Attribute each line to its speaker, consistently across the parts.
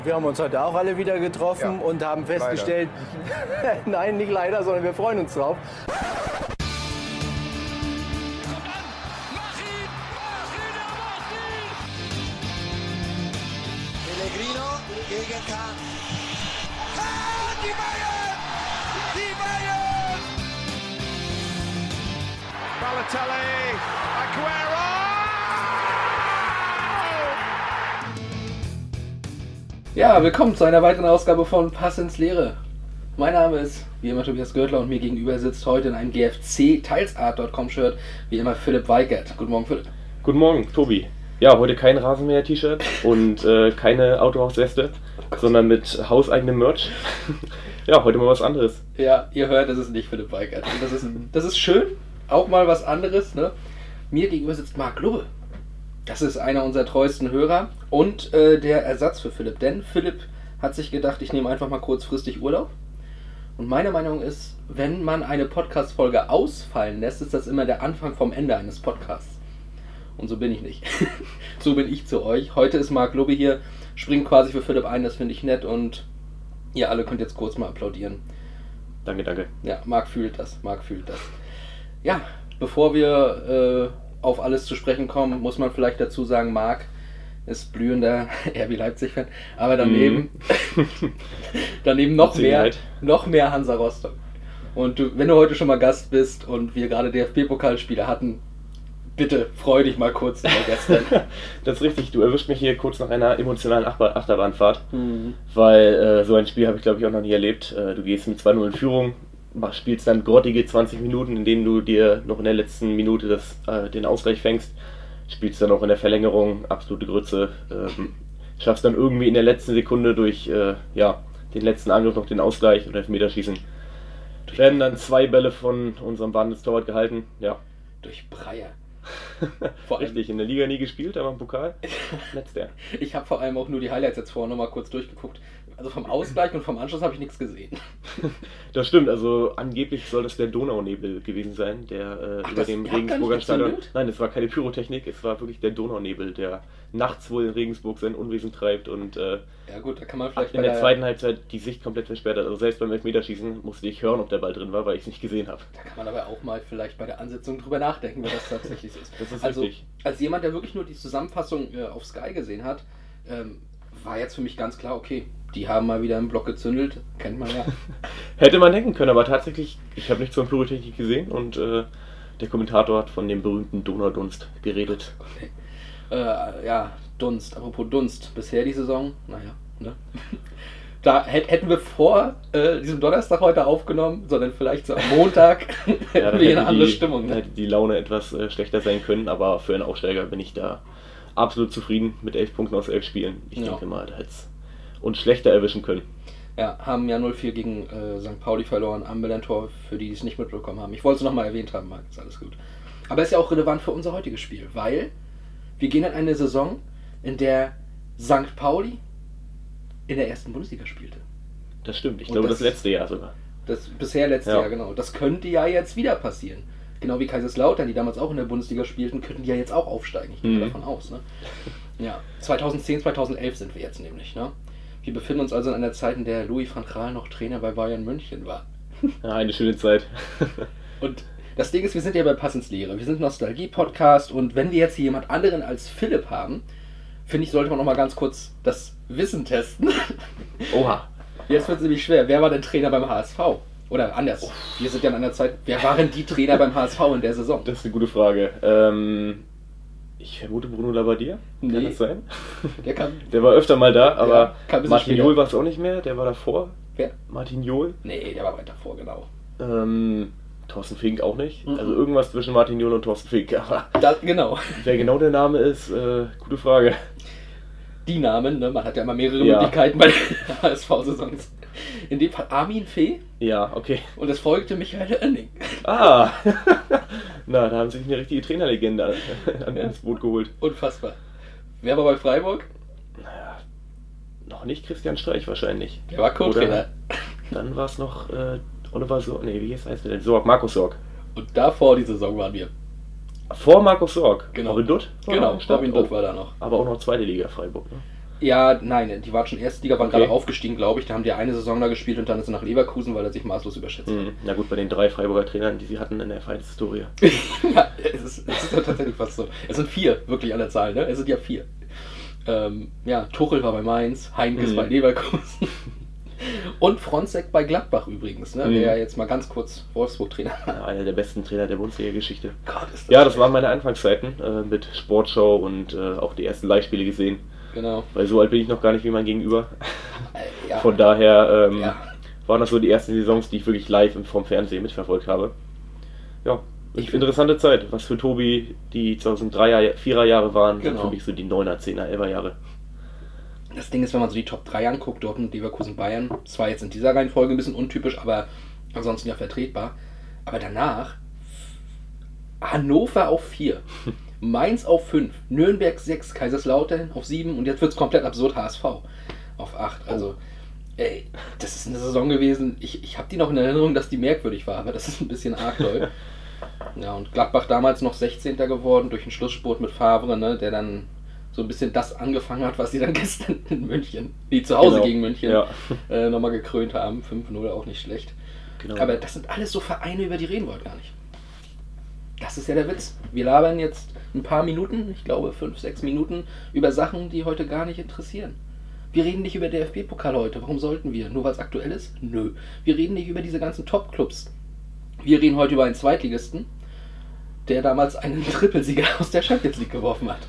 Speaker 1: Wir haben uns heute auch alle wieder getroffen und haben festgestellt, nein, nicht leider, sondern wir freuen uns drauf.
Speaker 2: Pellegrino gegen Kahn. Die Bayern! Die Bayern! Balotelli, Aguero!
Speaker 3: Ja, willkommen zu einer weiteren Ausgabe von Pass ins Leere. Mein Name ist, wie immer, Tobias Görtler und mir gegenüber sitzt heute in einem GFC-Teilsart.com-Shirt, wie immer, Philipp Weigert. Guten Morgen, Philipp.
Speaker 4: Guten Morgen, Tobi. Ja, heute kein Rasenmäher-T-Shirt und keine Autohaus-Weste, sondern mit hauseigenem Merch. Ja, heute mal was anderes.
Speaker 3: Ja, ihr hört, das ist nicht Philipp Weigert. Und das ist schön, auch mal was anderes, ne? Mir gegenüber sitzt Marc Lubbe. Das ist einer unserer treuesten Hörer und der Ersatz für Philipp. Denn Philipp hat sich gedacht, ich nehme einfach mal kurzfristig Urlaub. Und meine Meinung ist, wenn man eine Podcast-Folge ausfallen lässt, ist das immer der Anfang vom Ende eines Podcasts. Und so bin ich nicht. So bin ich zu euch. Heute ist Marc Lubbe hier, springt quasi für Philipp ein, das finde ich nett. Und ihr alle könnt jetzt kurz mal applaudieren.
Speaker 4: Danke, danke.
Speaker 3: Ja, Marc fühlt das. Ja, bevor wir auf alles zu sprechen kommen, muss man vielleicht dazu sagen, Marc ist blühender RB Leipzig-Fan, aber daneben noch mehr Hansa Rostock. Und wenn du heute schon mal Gast bist und wir gerade DFB-Pokalspiele hatten, bitte freu dich mal kurz über gestern.
Speaker 4: Das ist richtig, du erwischst mich hier kurz nach einer emotionalen Achterbahnfahrt, weil so ein Spiel habe ich, glaube ich, auch noch nie erlebt. Du gehst mit 2-0 in Führung, spielst dann grottige 20 Minuten, in denen du dir noch in der letzten Minute den Ausgleich fängst, spielst dann auch in der Verlängerung, absolute Grütze, schaffst dann irgendwie in der letzten Sekunde durch den letzten Angriff noch den Ausgleich und Elfmeterschießen. Werden dann 2 Bälle von unserem Wahnsinnstorwart gehalten, ja.
Speaker 3: Durch Breyer.
Speaker 4: Richtig, in der Liga nie gespielt, aber im Pokal letzter.
Speaker 3: Ich habe vor allem auch nur die Highlights jetzt vorher nochmal kurz durchgeguckt. Also vom Ausgleich und vom Anschluss habe ich nichts gesehen.
Speaker 4: Das stimmt, also angeblich soll das der Donaunebel gewesen sein, der über dem Regensburger Stadion... Nein, es war keine Pyrotechnik, es war wirklich der Donaunebel, der nachts wohl in Regensburg sein Unwesen treibt und
Speaker 3: ja gut, da kann man vielleicht
Speaker 4: in der zweiten Halbzeit die Sicht komplett versperrt hat. Also selbst beim Elfmeterschießen musste ich hören, ob der Ball drin war, weil ich es nicht gesehen habe.
Speaker 3: Da kann man aber auch mal vielleicht bei der Ansetzung drüber nachdenken, wenn das tatsächlich ist.
Speaker 4: Das ist
Speaker 3: also,
Speaker 4: richtig.
Speaker 3: Als jemand, der wirklich nur die Zusammenfassung auf Sky gesehen hat, war jetzt für mich ganz klar, okay, die haben mal wieder einen Block gezündelt, kennt man ja.
Speaker 4: Hätte man denken können, aber tatsächlich, ich habe nichts von Pyrotechnik gesehen und der Kommentator hat von dem berühmten Donaudunst geredet.
Speaker 3: Okay. Ja, Dunst, apropos Dunst, bisher die Saison, naja, ne? Da hätten wir vor diesem Donnerstag heute aufgenommen, sondern vielleicht so am Montag hätten wir eine andere Stimmung.
Speaker 4: Dann hätte die Laune etwas schlechter sein können, aber für einen Aufsteiger bin ich da absolut zufrieden mit 11 Punkten aus 11 Spielen. Ich denke mal, da hätte es uns schlechter erwischen können.
Speaker 3: Ja, haben ja 0-4 gegen St. Pauli verloren am Millantor, für die es nicht mitbekommen haben. Ich wollte es nochmal erwähnt haben, Marc, ist alles gut. Aber ist ja auch relevant für unser heutiges Spiel, weil wir gehen in eine Saison, in der St. Pauli in der ersten Bundesliga spielte.
Speaker 4: Das stimmt, ich glaube das letzte Jahr sogar.
Speaker 3: Das bisher letzte Jahr, genau. Das könnte ja jetzt wieder passieren. Genau wie Kaiserslautern, die damals auch in der Bundesliga spielten, könnten die ja jetzt auch aufsteigen. Ich gehe davon aus. Ne? Ja, 2010, 2011 sind wir jetzt nämlich. Ne? Wir befinden uns also in einer Zeit, in der Louis van Gaal noch Trainer bei Bayern München war.
Speaker 4: Ja, eine schöne Zeit.
Speaker 3: Und das Ding ist, wir sind ja bei Pass ins Leere. Wir sind Nostalgie-Podcast und wenn wir jetzt hier jemand anderen als Philipp haben, finde ich, sollte man noch mal ganz kurz das Wissen testen.
Speaker 4: Oha.
Speaker 3: Jetzt wird es nämlich schwer. Wer war denn Trainer beim HSV? Oder anders. Wir sind ja in einer Zeit, wer waren die Trainer beim HSV in der Saison?
Speaker 4: Das ist eine gute Frage. Ich vermute Bruno Labbadia.
Speaker 3: Nee.
Speaker 4: Kann das sein?
Speaker 3: Der
Speaker 4: war öfter mal da, aber
Speaker 3: ja,
Speaker 4: Martin Jol war es auch nicht mehr. Der war davor.
Speaker 3: Wer?
Speaker 4: Martin Jol.
Speaker 3: Nee, der war weit davor, genau.
Speaker 4: Thorsten Fink auch nicht. Also irgendwas zwischen Martin Jol und Thorsten Fink. Aber
Speaker 3: genau.
Speaker 4: Wer genau der Name ist, gute Frage.
Speaker 3: Die Namen, ne? Man hat ja immer mehrere Möglichkeiten bei den HSV-Saisons. In dem Fall Armin Fee.
Speaker 4: Ja, okay.
Speaker 3: Und es folgte Michael Oenning.
Speaker 4: Ah! Na, da haben sie sich eine richtige Trainerlegende ins Boot geholt.
Speaker 3: Unfassbar. Wer war bei Freiburg?
Speaker 4: Naja, noch nicht Christian Streich wahrscheinlich.
Speaker 3: Der war Co-Trainer.
Speaker 4: Dann war es noch Oliver Sorg. Nee, wie heißt der denn? Sorg, Markus Sorg.
Speaker 3: Und davor die Saison waren wir.
Speaker 4: Vor Markus Sorg?
Speaker 3: Genau.
Speaker 4: Robin Dutt?
Speaker 3: Genau, Robin Dutt war da noch.
Speaker 4: Aber auch noch zweite Liga Freiburg, ne?
Speaker 3: Ja, nein, die waren schon Erstliga, waren
Speaker 4: Okay.
Speaker 3: gerade aufgestiegen, glaube ich. Da haben die eine Saison da gespielt und dann ist er nach Leverkusen, weil er sich maßlos überschätzt hat.
Speaker 4: Na gut, bei den 3 Freiburger Trainern, die sie hatten in der Vereinshistorie.
Speaker 3: Ja, es ist ja tatsächlich fast so. Es sind 4, wirklich an der Zahl, ne? Es sind ja 4. Ja, Tuchel war bei Mainz, Heinkes bei Leverkusen und Fronzek bei Gladbach übrigens, ne? Der ja jetzt mal ganz kurz Wolfsburg-Trainer war.
Speaker 4: Ja, einer der besten Trainer der Bundesliga-Geschichte.
Speaker 3: Gott, ist
Speaker 4: Ja, das waren meine Anfangszeiten mit Sportschau und auch die ersten Live-Spiele gesehen.
Speaker 3: Genau.
Speaker 4: Weil so alt bin ich noch gar nicht wie mein Gegenüber.
Speaker 3: Ja.
Speaker 4: Von daher
Speaker 3: Ja.
Speaker 4: waren das so die ersten Saisons, die ich wirklich live vom Fernsehen mitverfolgt habe. Ja, interessante Zeit. Was für Tobi die 2003er, 4er Jahre waren, sind
Speaker 3: Genau.
Speaker 4: für mich so die 9er, 10er, 11er Jahre.
Speaker 3: Das Ding ist, wenn man so die Top 3 anguckt, Dortmund, Leverkusen, Bayern, zwar jetzt in dieser Reihenfolge ein bisschen untypisch, aber ansonsten ja vertretbar. Aber danach Hannover auf 4, Mainz auf 5, Nürnberg 6, Kaiserslautern auf 7 und jetzt wird es komplett absurd, HSV auf 8. Also, ey, das ist eine Saison gewesen, ich habe die noch in Erinnerung, dass die merkwürdig war, aber das ist ein bisschen arg doll. Ja, und Gladbach damals noch 16. geworden durch einen Schlussspurt mit Favre, ne, der dann so ein bisschen das angefangen hat, was sie dann gestern in München, die zu Hause
Speaker 4: Genau.
Speaker 3: gegen München,
Speaker 4: Ja.
Speaker 3: Nochmal gekrönt haben. 5-0, auch nicht schlecht.
Speaker 4: Genau.
Speaker 3: Aber das sind alles so Vereine, über die reden wir heute gar nicht. Das ist ja der Witz. Wir labern jetzt ein paar Minuten, ich glaube 5-6 Minuten, über Sachen, die heute gar nicht interessieren. Wir reden nicht über DFB-Pokal heute. Warum sollten wir? Nur weil es aktuell ist? Nö. Wir reden nicht über diese ganzen Top-Clubs. Wir reden heute über einen Zweitligisten, der damals einen Trippelsieger aus der Champions League geworfen hat.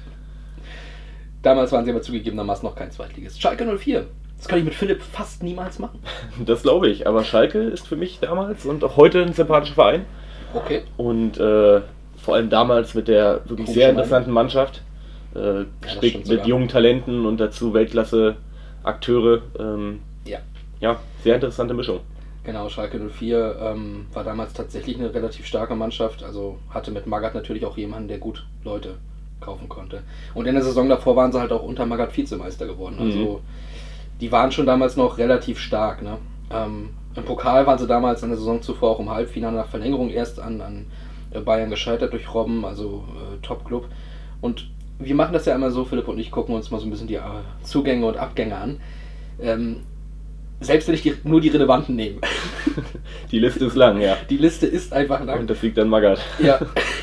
Speaker 3: Damals waren sie aber zugegebenermaßen noch kein Zweitligist. Schalke 04. Das kann ich mit Philipp fast niemals machen.
Speaker 4: Das glaube ich, aber Schalke ist für mich damals und auch heute ein sympathischer Verein.
Speaker 3: Okay.
Speaker 4: Und vor allem damals mit der wirklich
Speaker 3: Komische
Speaker 4: sehr interessanten Mannschaft,
Speaker 3: stimmt
Speaker 4: gespickt mit
Speaker 3: sogar.
Speaker 4: jungen Talenten und dazu Weltklasse-Akteure.
Speaker 3: Ja.
Speaker 4: Ja, sehr interessante Mischung.
Speaker 3: Genau, Schalke 04 war damals tatsächlich eine relativ starke Mannschaft. Also hatte mit Magath natürlich auch jemanden, der gut Leute kaufen konnte. Und in der Saison davor waren sie halt auch unter Magath Vizemeister geworden. Also die waren schon damals noch relativ stark. Ne? Im Pokal waren sie damals in der Saison zuvor auch im Halbfinale nach Verlängerung erst an Bayern gescheitert durch Robben, also Top-Club. Und wir machen das ja immer so, Philipp und ich gucken uns mal so ein bisschen die Zugänge und Abgänge an. Selbst wenn ich nur die relevanten nehme.
Speaker 4: Die Liste ist lang, ja.
Speaker 3: Die Liste ist einfach lang.
Speaker 4: Und das liegt an Magath.
Speaker 3: Ja.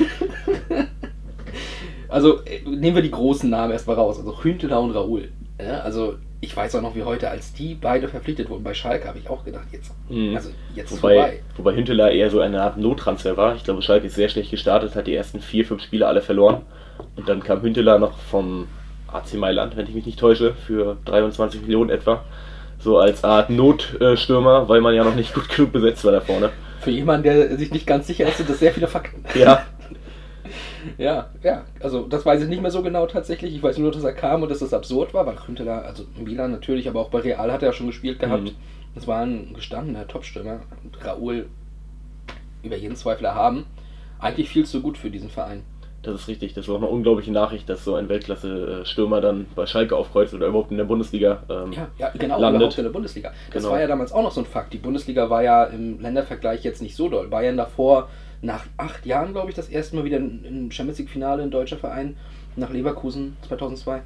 Speaker 3: Also nehmen wir die großen Namen erstmal raus. Also Hünteler und Raoul. Ja, also ich weiß auch noch wie heute, als die beide verpflichtet wurden bei Schalke, habe ich auch gedacht, jetzt vorbei.
Speaker 4: Wobei Hünteler eher so eine Art Nottransfer war. Ich glaube, Schalke ist sehr schlecht gestartet, hat die ersten 4-5 Spiele alle verloren. Und dann kam Hünteler noch vom AC Mailand, wenn ich mich nicht täusche, für 23 Millionen etwa. So als Art Notstürmer, weil man ja noch nicht gut genug besetzt war da vorne.
Speaker 3: Für jemanden, der sich nicht ganz sicher ist, sind das sehr viele Fakten.
Speaker 4: Ja.
Speaker 3: Ja, also das weiß ich nicht mehr so genau tatsächlich. Ich weiß nur, dass er kam und dass das absurd war, weil Hünteler, also Milan natürlich, aber auch bei Real hat er ja schon gespielt gehabt. Das war ein gestandener Topstürmer. Und Raoul über jeden Zweifel erhaben. Eigentlich viel zu gut für diesen Verein.
Speaker 4: Das ist richtig. Das war auch eine unglaubliche Nachricht, dass so ein Weltklasse-Stürmer dann bei Schalke aufkreuzt oder überhaupt in der Bundesliga
Speaker 3: Genau,
Speaker 4: landet.
Speaker 3: überhaupt in der Bundesliga. Das
Speaker 4: Genau.
Speaker 3: war ja damals auch noch so ein Fakt. Die Bundesliga war ja im Ländervergleich jetzt nicht so doll. Bayern davor, nach 8 Jahren, glaube ich, das erste Mal wieder im Champions League-Finale, ein deutscher Verein, nach Leverkusen 2002.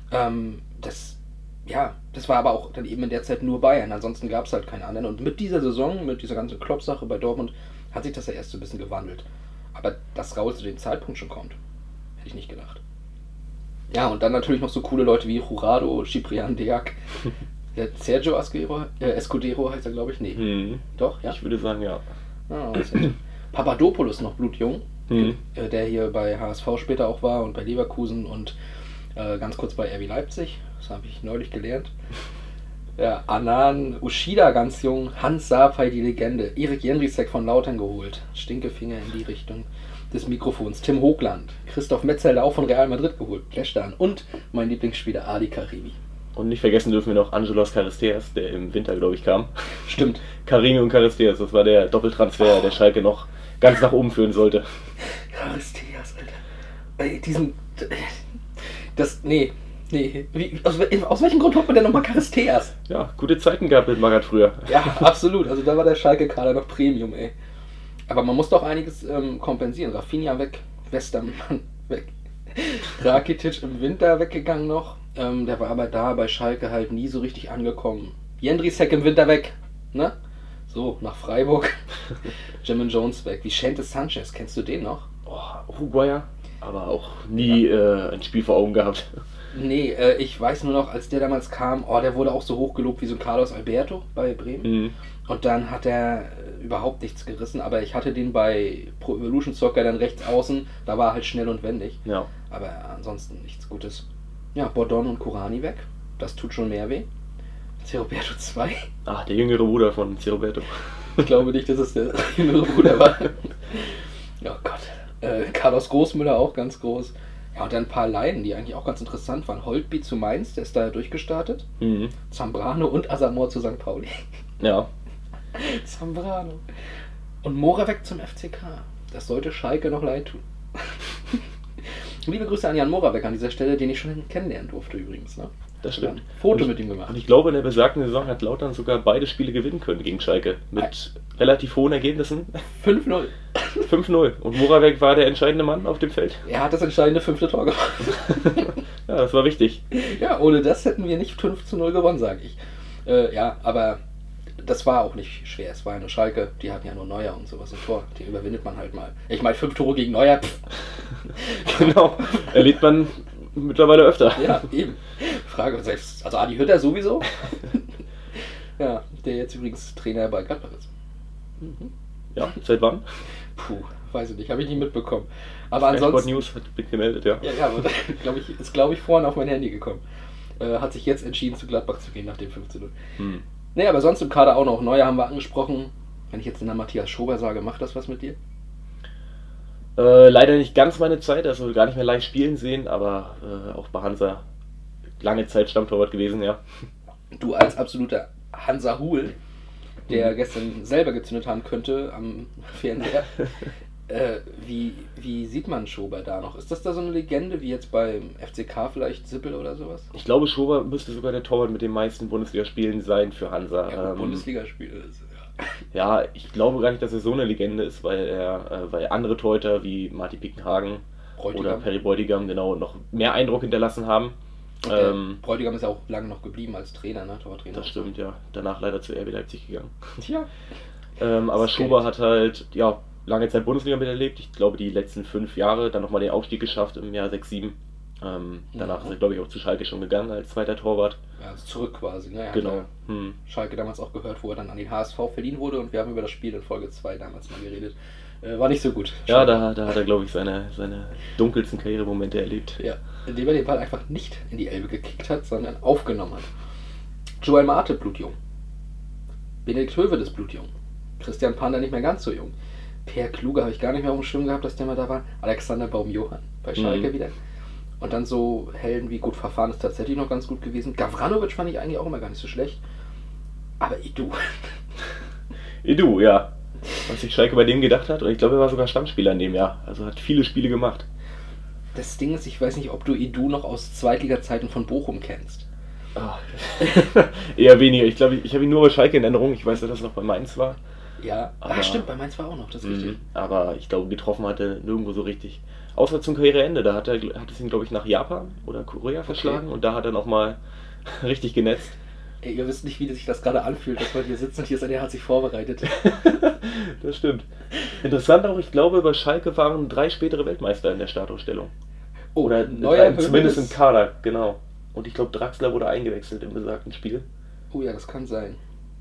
Speaker 3: Das war aber auch dann eben in der Zeit nur Bayern. Ansonsten gab es halt keine anderen. Und mit dieser Saison, mit dieser ganzen Klopp-Sache bei Dortmund, hat sich das ja erst so ein bisschen gewandelt. Aber dass Raoul zu dem Zeitpunkt schon kommt, hätte ich nicht gedacht. Ja, und dann natürlich noch so coole Leute wie Jurado, Ciprian Deac, der Sergio Escudero heißt er, glaube ich. Nee. Doch, ja?
Speaker 4: Ich würde sagen, ja.
Speaker 3: Papadopoulos noch blutjung, der hier bei HSV später auch war und bei Leverkusen und ganz kurz bei RB Leipzig. Das habe ich neulich gelernt. Ja, Anan, Ushida ganz jung, Hans Sapai die Legende, Erik Jendrisek von Lautern geholt, Stinkefinger in die Richtung des Mikrofons, Tim Hoogland, Christoph Metzelder auch von Real Madrid geholt, Pleshtan und mein Lieblingsspieler Ali Karimi.
Speaker 4: Und nicht vergessen dürfen wir noch Angelos Charisteas, der im Winter, glaube ich, kam.
Speaker 3: Stimmt.
Speaker 4: Karimi und Charisteas, das war der Doppeltransfer, der Schalke noch ganz nach oben führen sollte.
Speaker 3: Charisteas, Alter. Ey, aus welchem Grund holt man denn nochmal Charisteas?
Speaker 4: Ja, gute Zeiten gehabt mit Magath früher.
Speaker 3: Ja, absolut. Also da war der Schalke-Kader noch Premium, ey. Aber man muss doch einiges kompensieren. Rafinha weg, Westermann weg, Rakitic im Winter weggegangen noch. Der war aber da bei Schalke halt nie so richtig angekommen. Jendrisek im Winter weg, ne? So, nach Freiburg. Jermaine Jones weg. Wie Vicente Sanchez, kennst du den noch?
Speaker 4: Uruguayer, aber auch nie ein Spiel vor Augen gehabt.
Speaker 3: Nee, ich weiß nur noch, als der damals kam, der wurde auch so hochgelobt wie so ein Carlos Alberto bei Bremen. Und dann hat er überhaupt nichts gerissen, aber ich hatte den bei Pro Evolution Soccer dann rechts außen, da war er halt schnell und wendig.
Speaker 4: Ja.
Speaker 3: Aber ansonsten nichts Gutes. Ja, Bordon und Kurani weg, das tut schon mehr weh. Roberto 2.
Speaker 4: Ach, der jüngere Bruder von Roberto.
Speaker 3: Ich glaube nicht, dass es der jüngere Bruder war. Oh Gott. Carlos Großmüller auch ganz groß. Ja, und dann ein paar Laien, die eigentlich auch ganz interessant waren. Holtby zu Mainz, der ist da durchgestartet. Zambrano und Asamoah zu St. Pauli.
Speaker 4: Ja.
Speaker 3: Zambrano. Und Moravec zum FCK. Das sollte Schalke noch leid tun. Liebe Grüße an Jan Moravec an dieser Stelle, den ich schon kennenlernen durfte übrigens. Ne?
Speaker 4: Das stimmt.
Speaker 3: Foto mit ihm gemacht.
Speaker 4: Und ich glaube, in der besagten Saison hat Lautern sogar beide Spiele gewinnen können gegen Schalke. Mit relativ hohen Ergebnissen.
Speaker 3: 5-0.
Speaker 4: 5-0. Und Moravec war der entscheidende Mann auf dem Feld.
Speaker 3: Er hat das entscheidende 5. Tor gemacht.
Speaker 4: Ja, das war wichtig.
Speaker 3: Ja, ohne das hätten wir nicht 5-0 gewonnen, sage ich. Ja, aber das war auch nicht schwer. Es war eine Schalke, die hatten ja nur Neuer und sowas im Tor. Die überwindet man halt mal. Ich meine, 5 Tore gegen Neuer.
Speaker 4: Genau. Erlebt man mittlerweile öfter.
Speaker 3: Ja, eben. Frage selbst. Also Adi Hütter sowieso. Ja, der jetzt übrigens Trainer bei Gladbach ist.
Speaker 4: Ja, seit wann?
Speaker 3: Puh, weiß ich nicht. Habe ich nicht mitbekommen. Aber
Speaker 4: Sport
Speaker 3: ansonsten...
Speaker 4: News hat mitgemeldet, ja.
Speaker 3: Ja, aber ist glaube ich vorhin auf mein Handy gekommen. Hat sich jetzt entschieden, zu Gladbach zu gehen nach dem 15-0. Nee, aber sonst im Kader auch noch. Neuer haben wir angesprochen. Wenn ich jetzt den Namen Matthias Schober sage, macht das was mit dir?
Speaker 4: Leider nicht ganz meine Zeit, also gar nicht mehr live spielen sehen, aber auch bei Hansa lange Zeit Stammtorwart gewesen, ja.
Speaker 3: Du als absoluter Hansa-Hul, der gestern selber gezündet haben könnte am Fernseher, wie sieht man Schober da noch? Ist das da so eine Legende, wie jetzt beim FCK vielleicht Sippel oder sowas?
Speaker 4: Ich glaube, Schober müsste sogar der Torwart mit den meisten Bundesligaspielen sein für Hansa.
Speaker 3: Ja, Bundesligaspiele ist...
Speaker 4: Ja, ich glaube gar nicht, dass er so eine Legende ist, weil andere Torhüter wie Martin Bickenhagen oder Perry Bräutigam genau noch mehr Eindruck hinterlassen haben.
Speaker 3: Bräutigam ist ja auch lange noch geblieben als Trainer, ne? Torwarttrainer.
Speaker 4: Das stimmt, ja. Danach leider zu RB Leipzig gegangen.
Speaker 3: Tja.
Speaker 4: Aber Schober hat halt lange Zeit Bundesliga miterlebt. Ich glaube die letzten 5 Jahre, dann nochmal den Aufstieg geschafft im Jahr 6-7. Danach ist er, glaube ich, auch zu Schalke schon gegangen als zweiter Torwart.
Speaker 3: Ja, also zurück quasi. Ne?
Speaker 4: Genau.
Speaker 3: Schalke damals auch gehört, wo er dann an den HSV verliehen wurde und wir haben über das Spiel in Folge 2 damals mal geredet. War nicht so gut.
Speaker 4: Ja, da hat er, glaube ich, seine dunkelsten Karrieremomente erlebt.
Speaker 3: Ja, indem er den Ball einfach nicht in die Elbe gekickt hat, sondern aufgenommen hat. Joel Mate, blutjung. Benedikt Höwedes, blutjung. Christian Pander nicht mehr ganz so jung. Per Kluge habe ich gar nicht mehr auf dem Schirm gehabt, dass der mal da war. Alexander Baum-Johann bei Schalke wieder. Und dann so Helden wie Gut Verfahren ist tatsächlich noch ganz gut gewesen. Gavranovic fand ich eigentlich auch immer gar nicht so schlecht. Aber Edu.
Speaker 4: Edu, ja. Was sich Schalke bei dem gedacht hat. Und ich glaube, er war sogar Stammspieler in dem Jahr. Also hat viele Spiele gemacht.
Speaker 3: Das Ding ist, ich weiß nicht, ob du Edu noch aus Zweitliga-Zeiten von Bochum kennst.
Speaker 4: Oh. Eher weniger. Ich glaube, ich habe ihn nur bei Schalke in Erinnerung. Ich weiß, dass das noch bei Mainz war.
Speaker 3: Ja, aber stimmt, bei Mainz war auch noch, das ist richtig.
Speaker 4: Aber ich glaube, getroffen hat er nirgendwo so richtig. Außer zum Karriereende, da hat es ihn, glaube ich, nach Japan oder Korea verschlagen und da hat er nochmal richtig genetzt.
Speaker 3: Ey, ihr wisst nicht, wie sich das gerade anfühlt, dass man hier sitzt und hier ist, der hat sich vorbereitet.
Speaker 4: Das stimmt. Interessant auch, ich glaube, bei Schalke waren 3 spätere Weltmeister in der Startaufstellung. Oder zumindest im Kader, genau. Und ich glaube, Draxler wurde eingewechselt im besagten Spiel.
Speaker 3: Oh ja, das kann sein.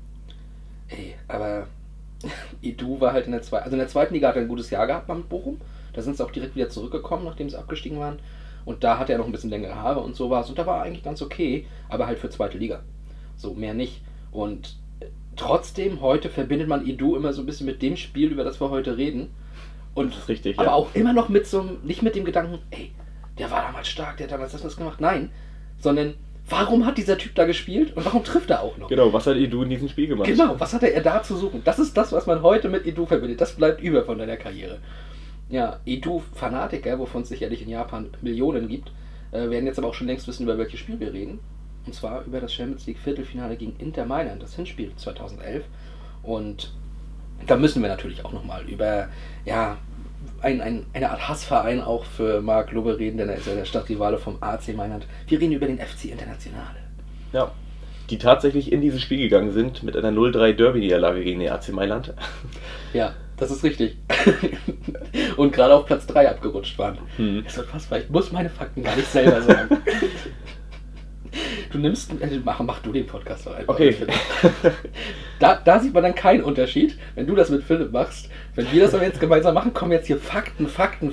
Speaker 3: Ey, aber Edu war halt in der zweiten Liga hat er ein gutes Jahr gehabt mit Bochum. Da sind sie auch direkt wieder zurückgekommen, nachdem sie abgestiegen waren. Und da hatte er noch ein bisschen längere Haare und sowas. Und da war er eigentlich ganz okay, aber halt für zweite Liga. So, mehr nicht. Und trotzdem, heute verbindet man Edu immer so ein bisschen mit dem Spiel, über das wir heute reden. Und,
Speaker 4: das ist richtig,
Speaker 3: aber
Speaker 4: ja.
Speaker 3: auch immer noch mit nicht mit dem Gedanken, ey, der war damals stark, der hat damals das gemacht. Nein, sondern warum hat dieser Typ da gespielt und warum trifft er auch noch?
Speaker 4: Genau, was hat Edu in diesem Spiel gemacht?
Speaker 3: Genau, was hatte er da zu suchen? Das ist das, was man heute mit Edu verbindet. Das bleibt über von deiner Karriere. Ja, Edu-Fanatiker, wovon es sicherlich in Japan Millionen gibt, werden jetzt aber auch schon längst wissen, über welches Spiel wir reden. Und zwar über das Champions League Viertelfinale gegen Inter Mailand, das Hinspiel 2011. Und da müssen wir natürlich auch nochmal über eine Art Hassverein auch für Marc Lubbe reden, denn er ist ja der Stadtrivale vom AC Mailand. Wir reden über den FC Internazionale.
Speaker 4: Ja, die tatsächlich in dieses Spiel gegangen sind mit einer 0-3 Derby-Niederlage gegen den AC Mailand.
Speaker 3: Ja, das ist richtig. Und gerade auf Platz 3 abgerutscht waren. Das wird fast, ich muss meine Fakten gar nicht selber sagen. Du nimmst, mach du den Podcast doch einfach.
Speaker 4: Okay.
Speaker 3: Da sieht man dann keinen Unterschied, wenn du das mit Philipp machst. Wenn wir das aber jetzt gemeinsam machen, kommen jetzt hier Fakten.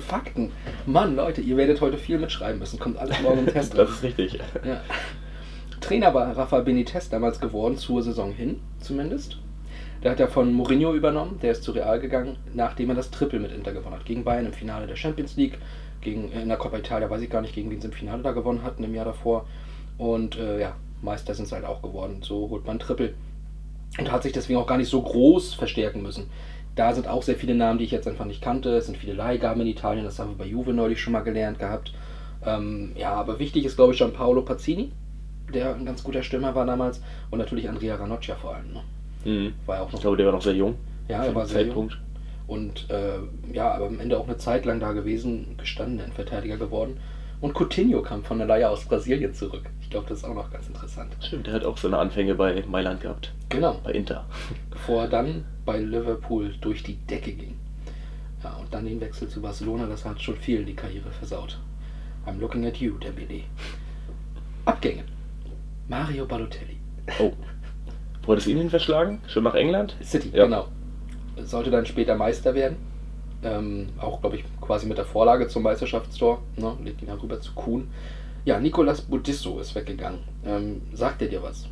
Speaker 3: Mann, Leute, ihr werdet heute viel mitschreiben müssen. Kommt alles morgen im Test.
Speaker 4: Das ist richtig.
Speaker 3: Ja. Trainer war Rafa Benitez damals geworden, zur Saison hin zumindest. Der hat ja von Mourinho übernommen, der ist zu Real gegangen, nachdem er das Triple mit Inter gewonnen hat. Gegen Bayern im Finale der Champions League, in der Coppa Italia, weiß ich gar nicht, gegen wen sie im Finale da gewonnen hatten im Jahr davor. Und Meister sind es halt auch geworden. So holt man Triple. Und hat sich deswegen auch gar nicht so groß verstärken müssen. Da sind auch sehr viele Namen, die ich jetzt einfach nicht kannte. Es sind viele Leihgaben in Italien, das haben wir bei Juve neulich schon mal gelernt gehabt. Aber wichtig ist, glaube ich, Gianpaolo Pazzini, der ein ganz guter Stürmer war damals. Und natürlich Andrea Ranocchia vor allem. Ne? War ja auch noch,
Speaker 4: ich glaube, der war noch sehr jung.
Speaker 3: Ja, er war sehr jung. Und aber am Ende auch eine Zeit lang da gewesen, gestandener Verteidiger geworden. Und Coutinho kam von der Leihe aus Brasilien zurück. Ich glaube, das ist auch noch ganz interessant.
Speaker 4: Stimmt, der hat auch so eine Anfänge bei Mailand gehabt.
Speaker 3: Genau.
Speaker 4: Bei Inter.
Speaker 3: Bevor er dann bei Liverpool durch die Decke ging. Ja, und dann den Wechsel zu Barcelona, das hat schon vielen die Karriere versaut. I'm looking at you, der BD. Abgänge. Mario Balotelli.
Speaker 4: Oh. Wo hat es ihn hin verschlagen? Schon nach England?
Speaker 3: City, ja. Genau. Sollte dann später Meister werden. Auch, glaube ich, quasi mit der Vorlage zum Meisterschaftstor. Ne? Legt ihn dann rüber zu Kuhn. Ja, Nicolas Budisso ist weggegangen. Sagt er dir was?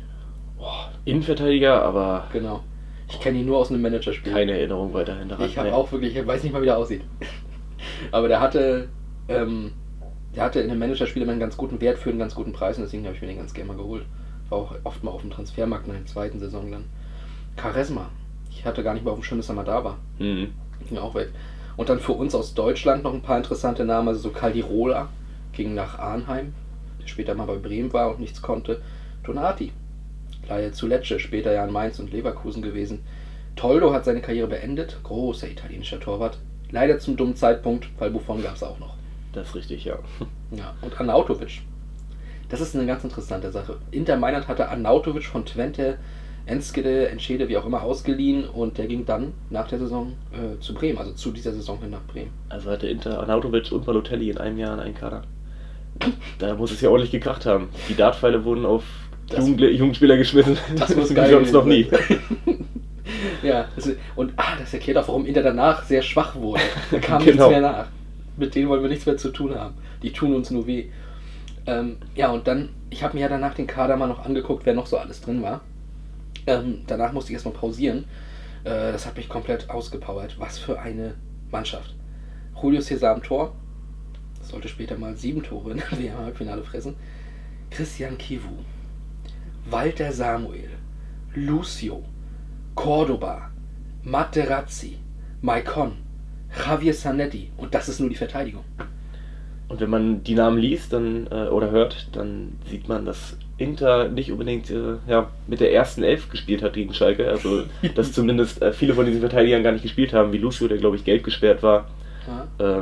Speaker 4: Innenverteidiger, aber...
Speaker 3: Genau. Ich kenne ihn nur aus einem Managerspiel.
Speaker 4: Keine Erinnerung weiterhin daran.
Speaker 3: Ich habe auch wirklich, ich weiß nicht mal, wie der aussieht. Aber der hatte in einem Managerspiel immer einen ganz guten Wert für einen ganz guten Preis und deswegen habe ich mir den ganz gerne mal geholt. War auch oft mal auf dem Transfermarkt in der zweiten Saison dann. Quaresma. Ich hatte gar nicht mal auf dem Schirm, dass er mal da war. Ja, auch weg. Und dann für uns aus Deutschland noch ein paar interessante Namen, also so Caldirola ging nach Arnheim, der später mal bei Bremen war und nichts konnte. Donati, Leihe zu Lecce, später ja in Mainz und Leverkusen gewesen. Toldo hat seine Karriere beendet, großer italienischer Torwart. Leider zum dummen Zeitpunkt, weil Buffon gab es auch noch.
Speaker 4: Das ist richtig, ja.
Speaker 3: Ja, und Arnautovic. Das ist eine ganz interessante Sache. Inter Mailand hatte Arnautovic von Twente, Enschede, wie auch immer, ausgeliehen und der ging dann nach der Saison zu Bremen, also zu dieser Saison hin nach Bremen.
Speaker 4: Also hatte Inter Arnautovic und Balotelli in einem Jahr in einen Kader. Da muss es ja ordentlich gekracht haben. Die Dartpfeile wurden auf Jugendspieler geschmissen.
Speaker 3: Das muss geil
Speaker 4: wie sonst noch nie.
Speaker 3: Ja, das erklärt auch, warum Inter danach sehr schwach wurde. Da kam nichts mehr nach. Mit denen wollen wir nichts mehr zu tun haben. Die tun uns nur weh. Und dann, ich habe mir ja danach den Kader mal noch angeguckt, wer noch so alles drin war. Danach musste ich erstmal pausieren. Das hat mich komplett ausgepowert. Was für eine Mannschaft. Julio César am Tor. Das sollte später mal 7 Tore in der WM-Halbfinale fressen. Christian Chivu. Walter Samuel. Lucio. Cordoba. Materazzi. Maicon. Javier Zanetti. Und das ist nur die Verteidigung.
Speaker 4: Und wenn man die Namen liest oder hört, dann sieht man, dass Inter nicht unbedingt mit der ersten Elf gespielt hat gegen Schalke. Also, dass zumindest viele von diesen Verteidigern gar nicht gespielt haben, wie Lucio, der, glaube ich, gelb gesperrt war.
Speaker 3: Ja.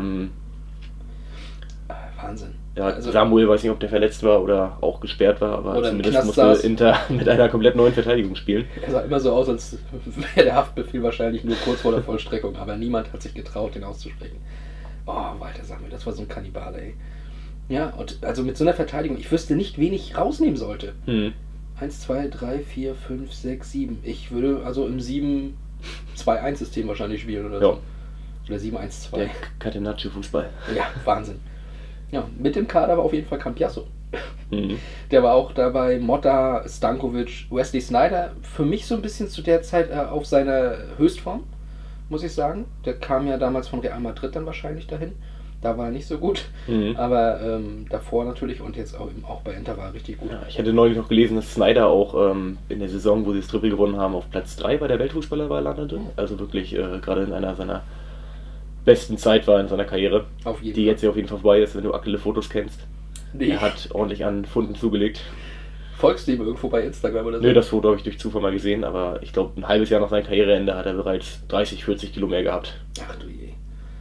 Speaker 3: Wahnsinn.
Speaker 4: Ja, also, Samuel, weiß nicht, ob der verletzt war oder auch gesperrt war, aber zumindest musste Inter mit einer komplett neuen Verteidigung spielen.
Speaker 3: Er sah immer so aus, als wäre der Haftbefehl wahrscheinlich nur kurz vor der Vollstreckung, aber niemand hat sich getraut, den auszusprechen. Oh, Walter Samuel, das war so ein Kannibale, ey. Ja, und also mit so einer Verteidigung, ich wüsste nicht, wen ich rausnehmen sollte. 1, 2, 3, 4, 5, 6, 7. Ich würde also im 7-2-1-System wahrscheinlich spielen oder so. Oder 7-1-2.
Speaker 4: Der Catenaccio-Fußball.
Speaker 3: Ja, Wahnsinn. Ja, mit dem Kader war auf jeden Fall Cambiasso. Der war auch dabei, Motta, Stankovic, Wesley Sneijder. Für mich so ein bisschen zu der Zeit auf seiner Höchstform, muss ich sagen. Der kam ja damals von Real Madrid dann wahrscheinlich dahin. Da war er nicht so gut, aber davor natürlich und jetzt auch bei Inter war er richtig gut.
Speaker 4: Ja, ich hatte neulich noch gelesen, dass Sneijder auch in der Saison, wo sie das Triple gewonnen haben, auf Platz 3 bei der Weltfußballerwahl landete. Also wirklich gerade in einer seiner besten Zeit war in seiner Karriere,
Speaker 3: auf jeden
Speaker 4: die
Speaker 3: Fall.
Speaker 4: Jetzt ja auf jeden Fall vorbei ist, wenn du aktuelle Fotos kennst. Nee. Er hat ordentlich an Pfunden zugelegt.
Speaker 3: Folgst du ihm irgendwo bei Instagram oder so?
Speaker 4: Nö, das Foto habe ich durch Zufall mal gesehen, aber ich glaube, ein halbes Jahr nach seinem Karriereende hat er bereits 30, 40 Kilo mehr gehabt.
Speaker 3: Ach du je.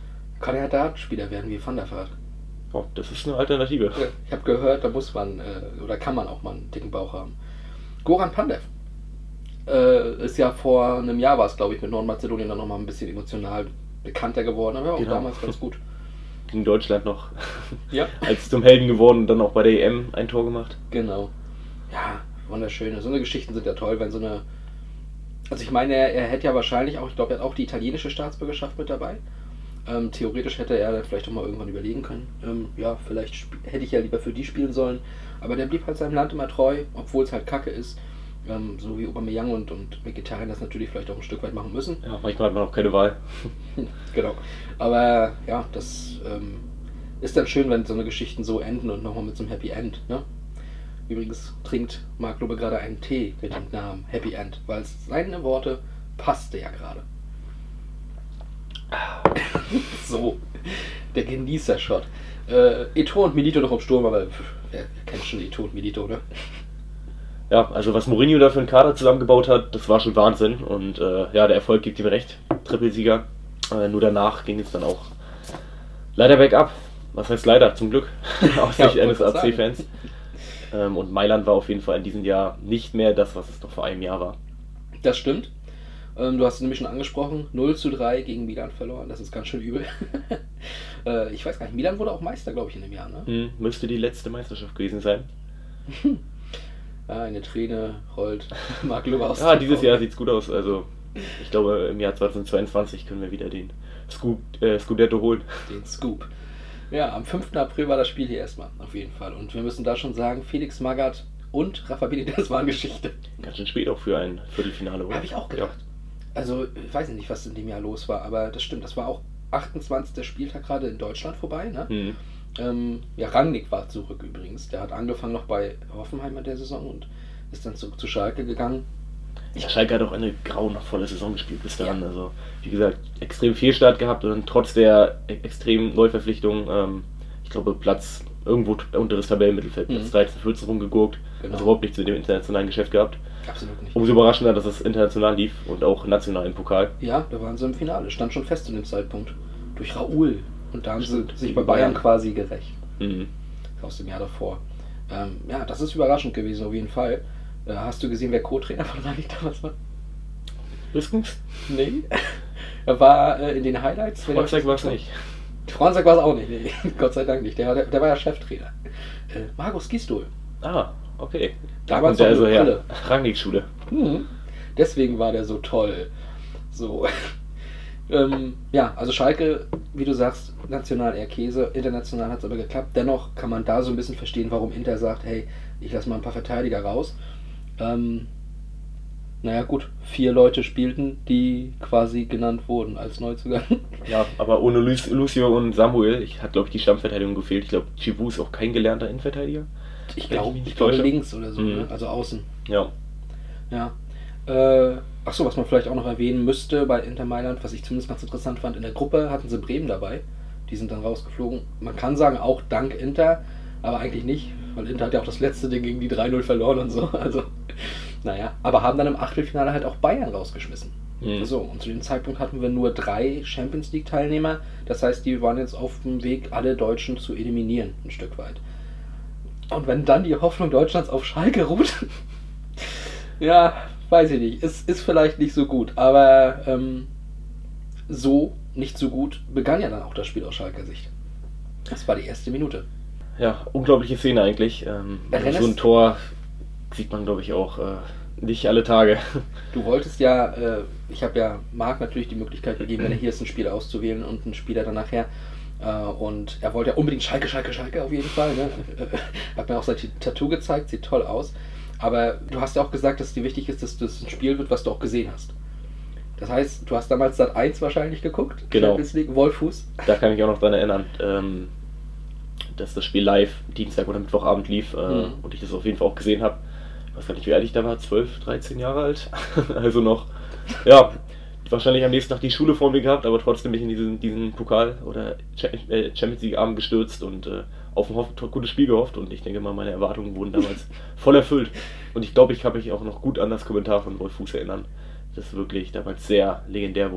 Speaker 3: Kann er Dartspieler werden wie Van der Vaart.
Speaker 4: Oh, das ist eine Alternative.
Speaker 3: Ich habe gehört, da muss man, oder kann man auch mal einen dicken Bauch haben. Goran Pandev. Ist ja vor einem Jahr, war es glaube ich, mit Nordmazedonien dann nochmal ein bisschen emotional bekannter geworden, aber auch damals ganz gut.
Speaker 4: Gegen Deutschland noch als zum Helden geworden und dann auch bei der EM ein Tor gemacht.
Speaker 3: Genau. Ja, wunderschön. So eine Geschichten sind ja toll, wenn so eine... Also ich meine, er hätte ja wahrscheinlich auch, ich glaube, er hat auch die italienische Staatsbürgerschaft mit dabei. Theoretisch hätte er dann vielleicht auch mal irgendwann überlegen können. Vielleicht hätte ich ja lieber für die spielen sollen. Aber der blieb halt seinem Land immer treu, obwohl es halt kacke ist. So wie Aubameyang und Mkhitaryan das natürlich vielleicht auch ein Stück weit machen müssen.
Speaker 4: Ja, manchmal hat man auch keine Wahl.
Speaker 3: Genau. Aber ja, das ist dann schön, wenn so eine Geschichten so enden und nochmal mit so einem Happy End. Ne? Übrigens trinkt Marc Lubbe gerade einen Tee mit dem Namen Happy End, weil es seine Worte passte ja gerade. So, der Genießer-Shot. Eto'o und Milito noch im Sturm, aber wer kennt schon Eto'o und Milito, ne?
Speaker 4: Ja, also was Mourinho da für einen Kader zusammengebaut hat, das war schon Wahnsinn. Und der Erfolg gibt ihm recht. Trippelsieger. Nur danach ging es dann auch leider bergab. Was heißt leider? Zum Glück. Aus Sicht eines AC-Fans. Und Mailand war auf jeden Fall in diesem Jahr nicht mehr das, was es noch vor einem Jahr war.
Speaker 3: Das stimmt. Du hast es nämlich schon angesprochen. 0:3 gegen Milan verloren. Das ist ganz schön übel. Ich weiß gar nicht, Milan wurde auch Meister, glaube ich, in dem Jahr, ne?
Speaker 4: Müsste die letzte Meisterschaft gewesen sein.
Speaker 3: Eine Träne rollt Marc Lubbe aus.
Speaker 4: Dieses Jahr sieht es gut aus. Also ich glaube, im Jahr 2022 können wir wieder den Scudetto holen.
Speaker 3: Den Scoop. Ja, am 5. April war das Spiel hier erstmal, auf jeden Fall. Und wir müssen da schon sagen, Felix Magath und Rafa Benitez waren Geschichte.
Speaker 4: Ganz schön spät auch für ein Viertelfinale, oder?
Speaker 3: Habe ich auch gedacht. Ja. Also, ich weiß nicht, was in dem Jahr los war, aber das stimmt. Das war auch 28. Spieltag gerade in Deutschland vorbei, ne? Rangnick war zurück übrigens. Der hat angefangen noch bei Hoffenheim in der Saison und ist dann zurück zu Schalke gegangen.
Speaker 4: Schalke hat auch eine grauenvolle Saison gespielt bis dahin. Ja. Also, wie gesagt, extrem viel Start gehabt und trotz der extremen Neuverpflichtung, ich glaube, Platz irgendwo unteres Tabellenmittelfeld, Platz 13, 14 rumgegurkt. Genau. Also überhaupt nichts mit dem internationalen Geschäft gehabt.
Speaker 3: Absolut nicht.
Speaker 4: Umso überraschender, dass es international lief und auch national im Pokal. Ja,
Speaker 3: da waren sie im Finale. Stand schon fest zu dem Zeitpunkt. Durch Raoul. Und da haben sie sich bei Bayern quasi gerecht. Aus dem Jahr davor. Das ist überraschend gewesen, auf jeden Fall. Hast du gesehen, wer Co-Trainer von Rangnick damals war?
Speaker 4: Wiskens?
Speaker 3: Nee. Er war in den Highlights.
Speaker 4: Fronzek war es nicht.
Speaker 3: Fronzek war es auch nicht, nee. Gott sei Dank nicht. Der war ja Cheftrainer. Markus Gisdol.
Speaker 4: Ah, okay.
Speaker 3: Da kommt der also her.
Speaker 4: Rangnick-Schule.
Speaker 3: Deswegen war der so toll. So. Also Schalke, wie du sagst, national eher Käse, international hat es aber geklappt. Dennoch kann man da so ein bisschen verstehen, warum Inter sagt, hey, ich lasse mal ein paar Verteidiger raus. 4 Leute spielten, die quasi genannt wurden als Neuzugang.
Speaker 4: Ja, aber ohne Lucio und Samuel, hat glaube ich die Stammverteidigung gefehlt. Ich glaube, Chibu ist auch kein gelernter Innenverteidiger.
Speaker 3: Ich glaube links oder so, ne? Also außen.
Speaker 4: Ja.
Speaker 3: Achso, was man vielleicht auch noch erwähnen müsste bei Inter Mailand, was ich zumindest ganz interessant fand, in der Gruppe hatten sie Bremen dabei. Die sind dann rausgeflogen. Man kann sagen, auch dank Inter, aber eigentlich nicht, weil Inter hat ja auch das letzte Ding gegen die 3-0 verloren und so. Also, aber haben dann im Achtelfinale halt auch Bayern rausgeschmissen. So, und zu dem Zeitpunkt hatten wir nur 3 Champions League Teilnehmer. Das heißt, die waren jetzt auf dem Weg, alle Deutschen zu eliminieren, ein Stück weit. Und wenn dann die Hoffnung Deutschlands auf Schalke ruht, weiß ich nicht. Es ist vielleicht nicht so gut, aber so nicht so gut begann ja dann auch das Spiel aus Schalker Sicht. Das war die erste Minute.
Speaker 4: Ja, unglaubliche Szene eigentlich. So ein Tor sieht man, glaube ich, auch nicht alle Tage.
Speaker 3: Du wolltest ich habe ja Marc natürlich die Möglichkeit gegeben, wenn er hier ist, ein Spiel auszuwählen und einen Spieler dann nachher. Und er wollte ja unbedingt Schalke auf jeden Fall. Ne? Hat mir auch sein Tattoo gezeigt, sieht toll aus. Aber du hast ja auch gesagt, dass es dir wichtig ist, dass das ein Spiel wird, was du auch gesehen hast. Das heißt, du hast damals Sat.1 wahrscheinlich geguckt,
Speaker 4: genau.
Speaker 3: Champions League, Wolfuß.
Speaker 4: Da kann ich mich auch noch daran erinnern, dass das Spiel live Dienstag oder Mittwochabend lief und ich das auf jeden Fall auch gesehen habe. Ich weiß gar nicht, wie alt ich da war, 12, 13 Jahre alt. Also noch, wahrscheinlich am nächsten Tag die Schule vor mir gehabt, aber trotzdem mich in diesen Pokal- oder Champions League-Abend gestürzt und auf ein gutes Spiel gehofft und ich denke mal, meine Erwartungen wurden damals voll erfüllt. Und ich glaube, ich kann mich auch noch gut an das Kommentar von Wolf Fuß erinnern, das wirklich damals sehr legendär wurde.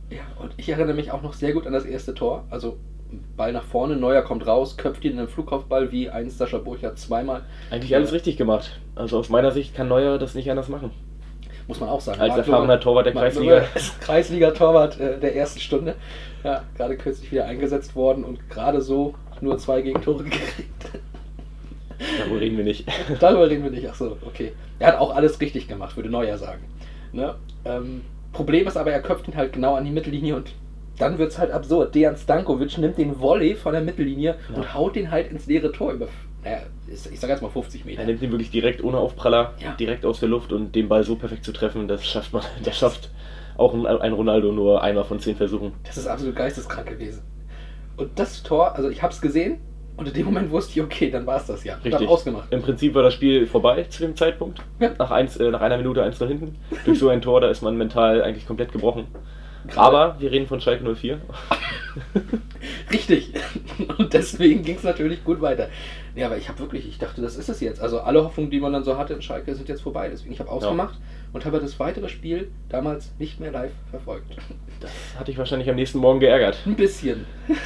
Speaker 3: Ja, und ich erinnere mich auch noch sehr gut an das erste Tor. Also Ball nach vorne, Neuer kommt raus, köpft ihn in den Flugkopfball wie einst Sascha Burchardt zweimal.
Speaker 4: Eigentlich alles richtig gemacht. Also aus meiner Sicht kann Neuer das nicht anders machen.
Speaker 3: Muss man auch sagen.
Speaker 4: Als erfahrener Torwart der Kreisliga.
Speaker 3: Kreisliga-Torwart der ersten Stunde. Ja, gerade kürzlich wieder eingesetzt worden und gerade so nur 2 Gegentore gekriegt.
Speaker 4: Darüber reden wir nicht.
Speaker 3: Darüber reden wir nicht, ach so, okay. Er hat auch alles richtig gemacht, würde Neuer sagen. Ne? Problem ist aber, er köpft ihn halt genau an die Mittellinie und dann wird es halt absurd. Dejan Stankovic nimmt den Volley von der Mittellinie und haut den halt ins leere Tor über, ich sag jetzt mal 50 Meter.
Speaker 4: Er nimmt ihn wirklich direkt ohne Aufpraller, direkt aus der Luft und den Ball so perfekt zu treffen, das schafft auch ein Ronaldo nur einmal von 10 Versuchen.
Speaker 3: Das ist absolut geisteskrank gewesen. Und das Tor, also ich hab's gesehen und in dem Moment wusste ich, okay, dann war es das ja.
Speaker 4: Richtig.
Speaker 3: Ausgemacht.
Speaker 4: Im Prinzip war das Spiel vorbei zu dem Zeitpunkt. Ja. Nach einer Minute 1 nach hinten. Durch so ein Tor, da ist man mental eigentlich komplett gebrochen. Aber wir reden von Schalke 04.
Speaker 3: Richtig. Und deswegen ging es natürlich gut weiter. Ja, aber ich dachte, das ist es jetzt. Also alle Hoffnungen, die man dann so hatte in Schalke, sind jetzt vorbei. Deswegen, ich habe ausgemacht und habe das weitere Spiel damals nicht mehr live verfolgt.
Speaker 4: Das hatte ich wahrscheinlich am nächsten Morgen geärgert.
Speaker 3: Ein bisschen.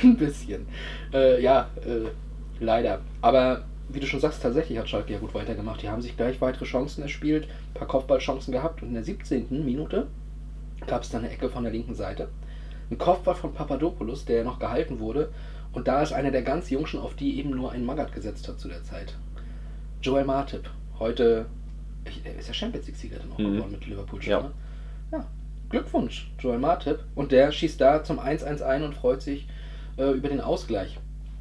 Speaker 3: Leider. Aber wie du schon sagst, tatsächlich hat Schalke ja gut weitergemacht. Die haben sich gleich weitere Chancen erspielt, ein paar Kopfballchancen gehabt und in der 17. Minute gab es dann eine Ecke von der linken Seite. Ein Kopfball von Papadopoulos, der noch gehalten wurde. Und da ist einer der ganz Jungschen, auf die eben nur ein Magath gesetzt hat zu der Zeit. Joel Matip. Heute ist ja Champions League-Sieger dann auch geworden mit Liverpool schon.
Speaker 4: Ja.
Speaker 3: Ja, Glückwunsch, Joel Matip. Und der schießt da zum 1-1 ein und freut sich über den Ausgleich.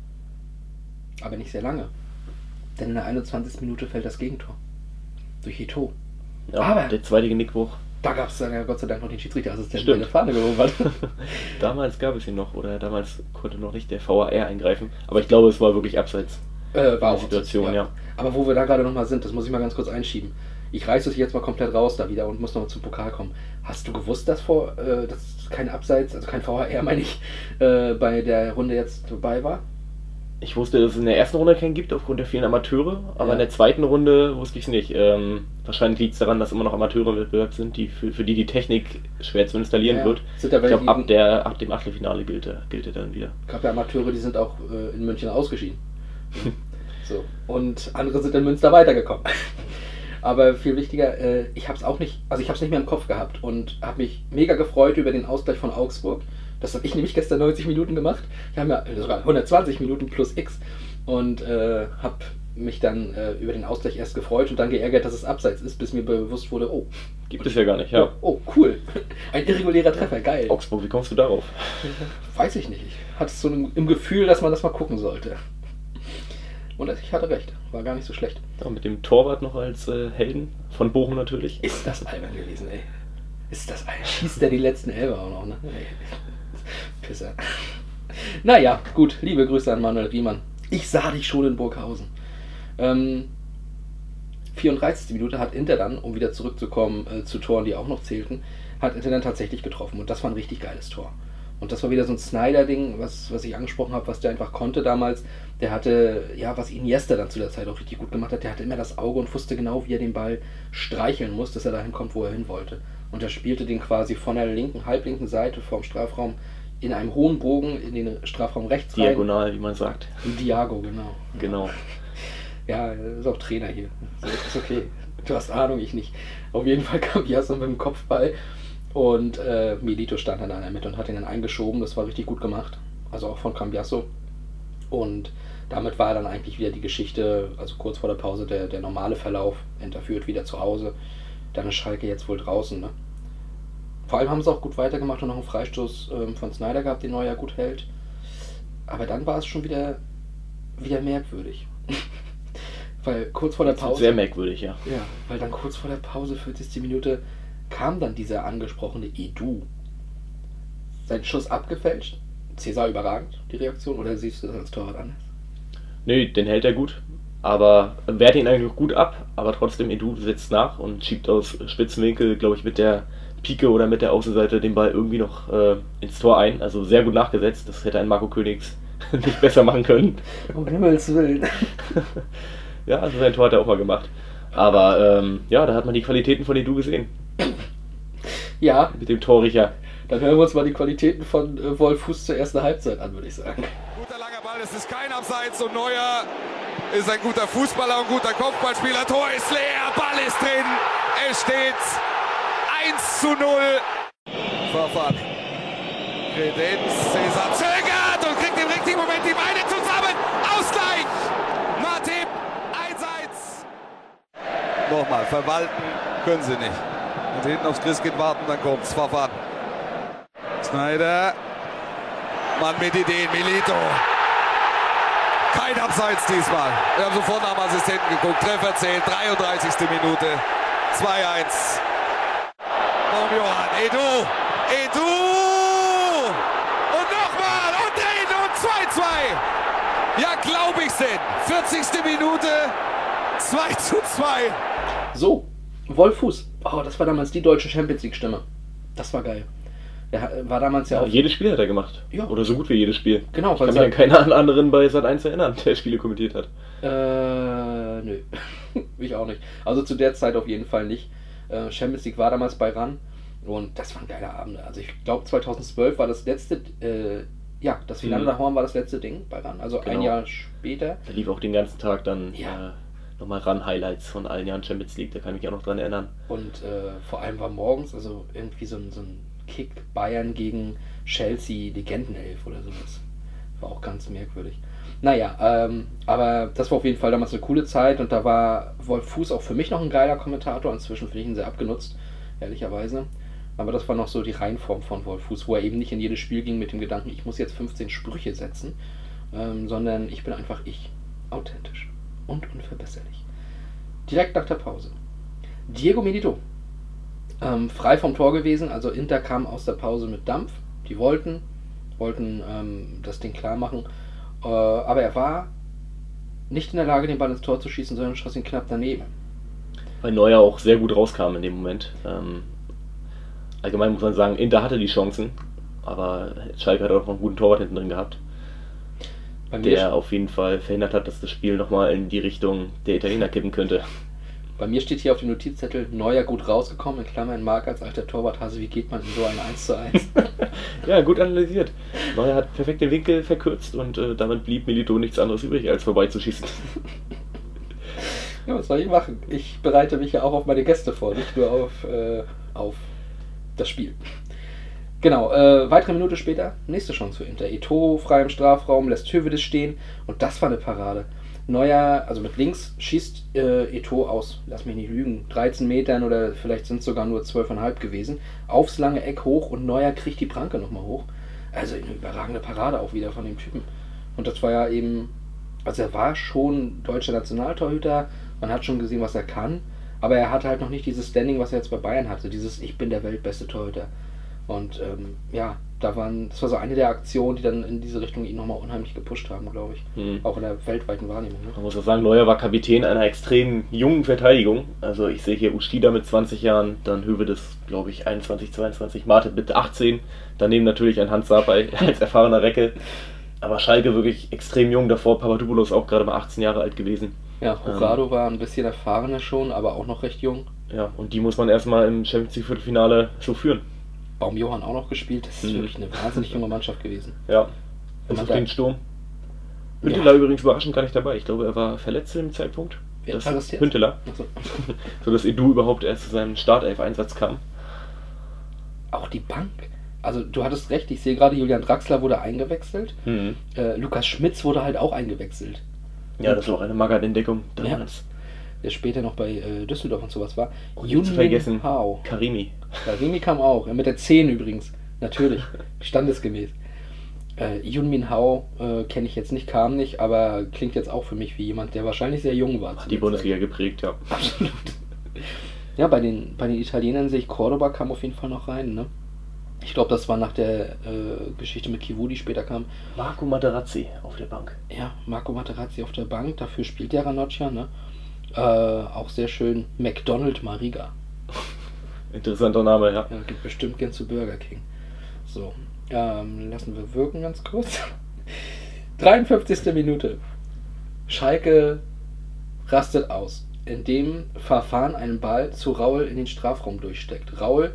Speaker 3: Aber nicht sehr lange. Denn in der 21. Minute fällt das Gegentor. Durch Eto'o.
Speaker 4: Ja, aber der zweite Genickbruch.
Speaker 3: Da gab es dann ja Gott sei Dank noch den Schiedsrichterassistenten, der eine Fahne gehoben hat.
Speaker 4: Damals gab es ihn noch, oder damals konnte noch nicht der VAR eingreifen. Aber ich glaube, es war wirklich abseits
Speaker 3: war
Speaker 4: der Situation, ja.
Speaker 3: Aber wo wir da gerade nochmal sind, das muss ich mal ganz kurz einschieben. Ich reiße es jetzt mal komplett raus da wieder und muss nochmal zum Pokal kommen. Hast du gewusst, dass kein Abseits, also kein VAR, meine ich, bei der Runde jetzt dabei war?
Speaker 4: Ich wusste, dass es in der ersten Runde keinen gibt, aufgrund der vielen Amateure, aber in der zweiten Runde wusste ich es nicht. Wahrscheinlich liegt es daran, dass immer noch Amateure im Wettbewerb sind, für die Technik schwer zu installieren wird. Ich glaube, ab dem Achtelfinale gilt er dann wieder.
Speaker 3: Es gab ja Amateure, die sind auch in München ausgeschieden. So. Und andere sind in Münster weitergekommen. Aber viel wichtiger, ich habe es nicht mehr im Kopf gehabt und habe mich mega gefreut über den Ausgleich von Augsburg. Das habe ich nämlich gestern 90 Minuten gemacht. Ich habe ja sogar 120 Minuten plus X und habe mich dann über den Ausgleich erst gefreut und dann geärgert, dass es abseits ist, bis mir bewusst wurde, oh.
Speaker 4: Gibt es ja gar nicht, ja.
Speaker 3: Oh, cool. Ein irregulärer Treffer, geil.
Speaker 4: Augsburg, wie kommst du darauf?
Speaker 3: Weiß ich nicht. Ich hatte so im Gefühl, dass man das mal gucken sollte. Und ich hatte recht, war gar nicht so schlecht.
Speaker 4: Ja, mit dem Torwart noch als Helden von Bochum natürlich.
Speaker 3: Ist das albern gewesen, ey. Schießt der die letzten Elfer auch noch, ne? Ey. Pisser. Naja, gut, liebe Grüße an Manuel Riemann. Ich sah dich schon in Burghausen. 34. Minute hat Inter dann, um wieder zurückzukommen zu Toren, die auch noch zählten, hat Inter dann tatsächlich getroffen. Und das war ein richtig geiles Tor. Und das war wieder so ein Snyder-Ding, was ich angesprochen habe, was der einfach konnte damals. Der hatte, was Iniesta dann zu der Zeit auch richtig gut gemacht hat, der hatte immer das Auge und wusste genau, wie er den Ball streicheln muss, dass er dahin kommt, wo er hin wollte. Und er spielte den quasi von der halblinken Seite vorm Strafraum in einem hohen Bogen in den Strafraum rechts rein.
Speaker 4: Diagonal, wie man sagt.
Speaker 3: Diago, genau.
Speaker 4: Genau.
Speaker 3: Ja, ist auch Trainer hier. Ist okay. Du hast Ahnung, ich nicht. Auf jeden Fall kam Jasson mit dem Kopfball und Milito stand dann in der Mitte und hat ihn dann eingeschoben. Das war richtig gut gemacht. Also auch von Cambiasso. Und damit war dann eigentlich wieder die Geschichte, also kurz vor der Pause, der normale Verlauf. Inter führt wieder zu Hause. Dann ist Schalke jetzt wohl draußen, ne? Vor allem haben sie auch gut weitergemacht und noch einen Freistoß von Snyder gehabt, den Neuer gut hält. Aber dann war es schon wieder merkwürdig. Weil kurz vor der Pause...
Speaker 4: Sehr merkwürdig, ja.
Speaker 3: Ja, weil dann kurz vor der Pause, 40. Minute, kam dann dieser angesprochene Edu. Sein Schuss abgefälscht. Cesar überragend, die Reaktion, oder siehst du das als Torwart anders?
Speaker 4: Nee, den hält er gut. Aber wehrt ihn eigentlich gut ab, aber trotzdem Edu setzt nach und schiebt aus Spitzenwinkel, glaube ich, mit der Pike oder mit der Außenseite den Ball irgendwie noch ins Tor ein. Also sehr gut nachgesetzt. Das hätte ein Marco Königs nicht besser machen können.
Speaker 3: Um Himmels Willen.
Speaker 4: Ja, also sein Tor hat er auch mal gemacht. Aber da hat man die Qualitäten von Edu gesehen.
Speaker 3: Ja.
Speaker 4: Mit dem Torriecher.
Speaker 3: Dann hören wir uns mal die Qualitäten von Wolf Fuß zur ersten Halbzeit an, würde ich sagen.
Speaker 2: Guter langer Ball, es ist kein Abseits und Neuer ist ein guter Fußballer und guter Kopfballspieler. Tor ist leer, Ball ist drin. Es steht 1:0. Vorfahrt. Kredenz, Cesar zögert und kriegt im richtigen Moment die Beine zusammen. Ausgleich. Martin, 1:1. Nochmal, verwalten können sie nicht. Und hinten aufs Christkind warten, dann kommt's. Vorfahrt. Schneider. Mann mit Ideen, Milito. Kein Abseits diesmal. Wir haben sofort nach dem Assistenten geguckt. Treffer zählt, 33. Minute. 2:1. Johann, Edu. Und nochmal. Und drehen und 2:2. Ja, glaub ich's denn. 40. Minute. 2:2.
Speaker 3: So, Wolf Fuß. Oh, das war damals die deutsche Champions League Stimme. Das war geil. Der war damals ja auch...
Speaker 4: Jedes Spiel hat er gemacht.
Speaker 3: Ja.
Speaker 4: Oder so gut wie jedes Spiel.
Speaker 3: Genau.
Speaker 4: Ich kann mich an keinen anderen bei Sat.1 erinnern, der Spiele kommentiert hat.
Speaker 3: Nö. Ich auch nicht. Also zu der Zeit auf jeden Fall nicht. Champions League war damals bei RAN und das waren geile Abende. Also ich glaube 2012 war das letzte... das Finale nach Horn war das letzte Ding bei RAN. Also ein Jahr später.
Speaker 4: Da lief auch den ganzen Tag dann... nochmal RAN-Highlights von allen Jahren Champions League, da kann ich mich auch noch dran erinnern.
Speaker 3: Und vor allem war morgens, also irgendwie so ein Kick Bayern gegen Chelsea Legendenelf oder sowas. War auch ganz merkwürdig. Naja, aber das war auf jeden Fall damals eine coole Zeit und da war Wolf Fuß auch für mich noch ein geiler Kommentator. Inzwischen finde ich ihn sehr abgenutzt, ehrlicherweise. Aber das war noch so die Reinform von Wolf Fuß, wo er eben nicht in jedes Spiel ging mit dem Gedanken, ich muss jetzt 15 Sprüche setzen, sondern ich bin einfach ich. Authentisch und unverbesserlich. Direkt nach der Pause. Diego Milito. Frei vom Tor gewesen, also Inter kam aus der Pause mit Dampf. Die wollten das Ding klar machen. Aber er war nicht in der Lage, den Ball ins Tor zu schießen, sondern schoss ihn knapp daneben.
Speaker 4: Weil Neuer auch sehr gut rauskam in dem Moment. Allgemein muss man sagen, Inter hatte die Chancen, aber Schalke hat auch noch einen guten Torwart hinten drin gehabt. Der auf jeden Fall verhindert hat, dass das Spiel nochmal in die Richtung der Italiener kippen könnte.
Speaker 3: Bei mir steht hier auf dem Notizzettel, Neuer gut rausgekommen, in Klammern Marc als alter Torwarthase, wie geht man in so ein 1:1?
Speaker 4: Ja, gut analysiert. Neuer hat perfekt den Winkel verkürzt und damit blieb Milito nichts anderes übrig, als vorbeizuschießen.
Speaker 3: Ja, was soll ich machen? Ich bereite mich ja auch auf meine Gäste vor, nicht nur auf das Spiel. Genau, weitere Minute später, nächste Chance für Inter. Eto'o frei im Strafraum, lässt Hövedes stehen und das war eine Parade. Neuer, also mit links, schießt Eto'o aus, lass mich nicht lügen, 13 Metern oder vielleicht sind es sogar nur 12,5 gewesen, aufs lange Eck hoch und Neuer kriegt die Pranke nochmal hoch. Also eine überragende Parade auch wieder von dem Typen. Und das war ja eben, also er war schon deutscher Nationaltorhüter, man hat schon gesehen, was er kann, aber er hatte halt noch nicht dieses Standing, was er jetzt bei Bayern hatte, dieses Ich bin der weltbeste Torhüter. Und das war so eine der Aktionen, die dann in diese Richtung ihn nochmal unheimlich gepusht haben, glaube ich. Auch in der weltweiten Wahrnehmung. Ne?
Speaker 4: Man muss auch sagen, Neuer war Kapitän einer extrem jungen Verteidigung. Also ich sehe hier Ustida mit 20 Jahren, dann Hövedes, glaube ich, 21, 22, Martin mit 18. Daneben natürlich ein Hans Sapai als erfahrener Recke. Aber Schalke wirklich extrem jung, davor Papadopoulos auch gerade mal 18 Jahre alt gewesen.
Speaker 3: Ja, Rado war ein bisschen erfahrener schon, aber auch noch recht jung.
Speaker 4: Ja, und die muss man erstmal im Champions League Viertelfinale so führen.
Speaker 3: Baum-Johann auch noch gespielt, das ist wirklich eine wahnsinnig junge Mannschaft gewesen.
Speaker 4: Ja, bis auf den Sturm. Hünteler übrigens überraschend gar nicht dabei. Ich glaube, er war verletzt zu dem Zeitpunkt.
Speaker 3: Wer war das jetzt?
Speaker 4: Hünteler. So. So dass Edu überhaupt erst zu seinem Startelf-Einsatz kam.
Speaker 3: Auch die Bank. Also du hattest recht, ich sehe gerade, Julian Draxler wurde eingewechselt. Lukas Schmitz wurde halt auch eingewechselt.
Speaker 4: Ja, das war auch eine Magert-Entdeckung damals.
Speaker 3: Ja. Der später noch bei Düsseldorf und sowas war.
Speaker 4: Nicht zu vergessen, Karimi.
Speaker 3: Karimi kam auch, mit der 10 übrigens, natürlich, standesgemäß. Yunmin Hao kenne ich jetzt nicht, kam nicht, aber klingt jetzt auch für mich wie jemand, der wahrscheinlich sehr jung war.
Speaker 4: Hat die Bundesliga geprägt, ja.
Speaker 3: Absolut. Ja, bei den Italienern sehe ich, Cordoba kam auf jeden Fall noch rein, ne? Ich glaube, das war nach der Geschichte mit Kivu, die später kam.
Speaker 4: Marco Materazzi auf der Bank.
Speaker 3: Ja, Marco Materazzi auf der Bank, dafür spielt der Ranocchia, ne? Auch sehr schön, McDonald Mariga.
Speaker 4: Interessanter Name, ja.
Speaker 3: Ja, geht bestimmt gern zu Burger King. So, lassen wir wirken ganz kurz. 53. Minute. Schalke rastet aus, indem Farfan einen Ball zu Raul in den Strafraum durchsteckt. Raul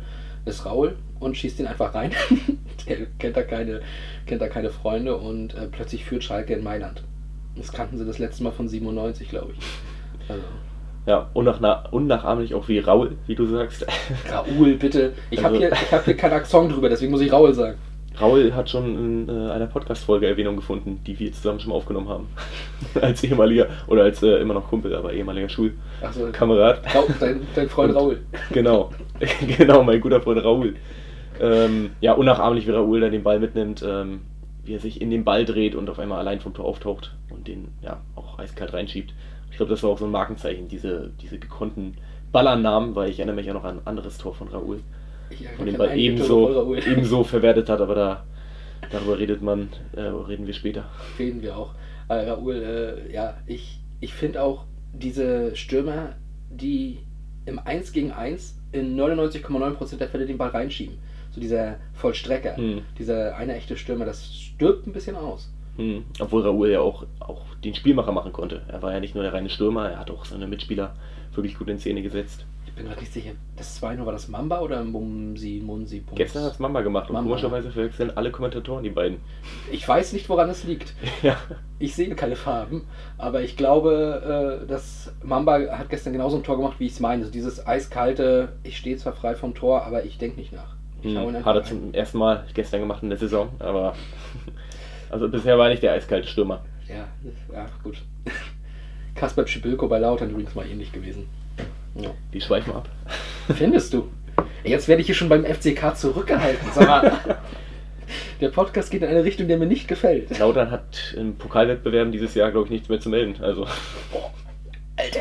Speaker 3: ist Raul und schießt ihn einfach rein. Der kennt da keine Freunde und plötzlich führt Schalke in Mailand. Das kannten sie das letzte Mal von 97, glaube ich. Also.
Speaker 4: Ja, unnachahmlich auch wie Raul, wie du sagst.
Speaker 3: Raul, bitte. Ich habe hier keinen Akzent drüber, deswegen muss ich Raul sagen.
Speaker 4: Raul hat schon in einer Podcast-Folge Erwähnung gefunden, die wir zusammen schon mal aufgenommen haben. Als ehemaliger, oder als immer noch Kumpel, aber ehemaliger Schulkamerad.
Speaker 3: Dein Freund Raul.
Speaker 4: Genau, mein guter Freund Raul. Ja, unnachahmlich, wie Raul da den Ball mitnimmt, wie er sich in den Ball dreht und auf einmal allein vom Tor auftaucht und den ja auch eiskalt reinschiebt. Ich glaube, das war auch so ein Markenzeichen, diese gekonnten Ballannahmen, weil ich erinnere mich ja noch an ein anderes Tor von Raul. Und den Ball ebenso verwertet hat, aber darüber reden wir später.
Speaker 3: Reden wir auch. Raul, ja, ich finde auch diese Stürmer, die im 1 gegen 1 in 99,9% der Fälle den Ball reinschieben. So dieser Vollstrecker, dieser eine echte Stürmer, das stirbt ein bisschen aus.
Speaker 4: Obwohl Raul ja auch den Spielmacher machen konnte. Er war ja nicht nur der reine Stürmer, er hat auch seine Mitspieler wirklich gut in Szene gesetzt.
Speaker 3: Ich bin gerade nicht sicher. Das 2-0 war das Mamba oder Munsi?
Speaker 4: Gestern hat es Mamba gemacht und komischerweise verwechseln alle Kommentatoren die beiden.
Speaker 3: Ich weiß nicht, woran es liegt.
Speaker 4: Ja.
Speaker 3: Ich sehe keine Farben, aber ich glaube, dass Mamba hat gestern genauso ein Tor gemacht, wie ich es meine. Also dieses eiskalte, ich stehe zwar frei vom Tor, aber ich denke nicht nach.
Speaker 4: Hat er zum ersten Mal gestern gemacht in der Saison, aber also bisher war er nicht der eiskalte Stürmer.
Speaker 3: Ja, gut. Kasper Przybyłko bei Lautern übrigens mal ähnlich gewesen. Ja.
Speaker 4: Die schweifen ab.
Speaker 3: Findest du? Jetzt werde ich hier schon beim FCK zurückgehalten. Sag mal, der Podcast geht in eine Richtung, der mir nicht gefällt.
Speaker 4: Lautern hat im Pokalwettbewerben dieses Jahr, glaube ich, nichts mehr zu melden. Also.
Speaker 3: Oh, Alter.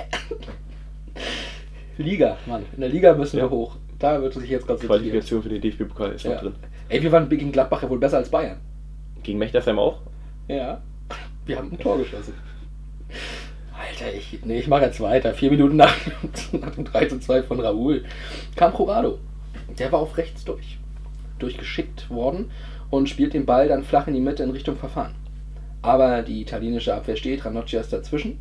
Speaker 3: Liga, Mann. In der Liga müssen wir hoch. Da wird sich jetzt konzentrieren.
Speaker 4: Qualifikation für den DFB-Pokal ist noch drin.
Speaker 3: Ey, wir waren gegen Gladbach ja wohl besser als Bayern.
Speaker 4: Gegen Mechtersheim auch?
Speaker 3: Ja. Wir haben ein Tor geschossen. Alter, ich mache jetzt weiter. 4 Minuten nach dem 3:2 von Raul kam Jurado. Der war auf rechts durchgeschickt worden und spielt den Ball dann flach in die Mitte in Richtung Verfahren. Aber die italienische Abwehr steht, Ranocchia ist dazwischen.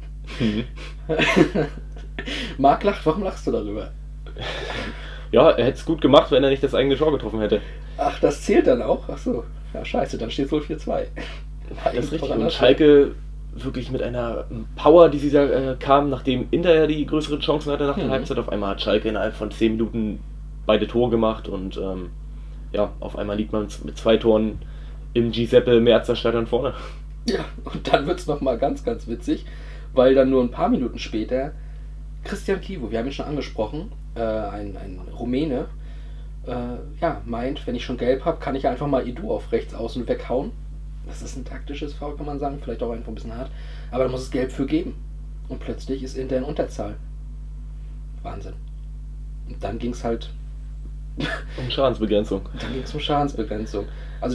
Speaker 3: Marc lacht, warum lachst du darüber?
Speaker 4: Ja, er hätte es gut gemacht, wenn er nicht das eigene Tor getroffen hätte.
Speaker 3: Ach, das zählt dann auch? Ach so. Ja, scheiße, dann steht es wohl 4:2.
Speaker 4: Das ist richtig. Und Schalke wirklich mit einer Power, die sie da kam, nachdem Inter ja die größeren Chancen hatte nach der Halbzeit. Auf einmal hat Schalke innerhalb von 10 Minuten beide Tore gemacht und auf einmal liegt man mit 2 Toren im Giuseppe Meazza-Stadion vorne.
Speaker 3: Ja, und dann wird es nochmal ganz, ganz witzig, weil dann nur ein paar Minuten später Cristian Chivu, wir haben ihn schon angesprochen, ein Rumäne, meint, wenn ich schon gelb habe, kann ich einfach mal Edu auf rechts außen weghauen. Das ist ein taktisches Foul, kann man sagen, vielleicht auch einfach ein bisschen hart, aber da muss es gelb für geben. Und plötzlich ist Inter in Unterzahl. Wahnsinn. Und dann ging es halt
Speaker 4: um Schadensbegrenzung.
Speaker 3: Also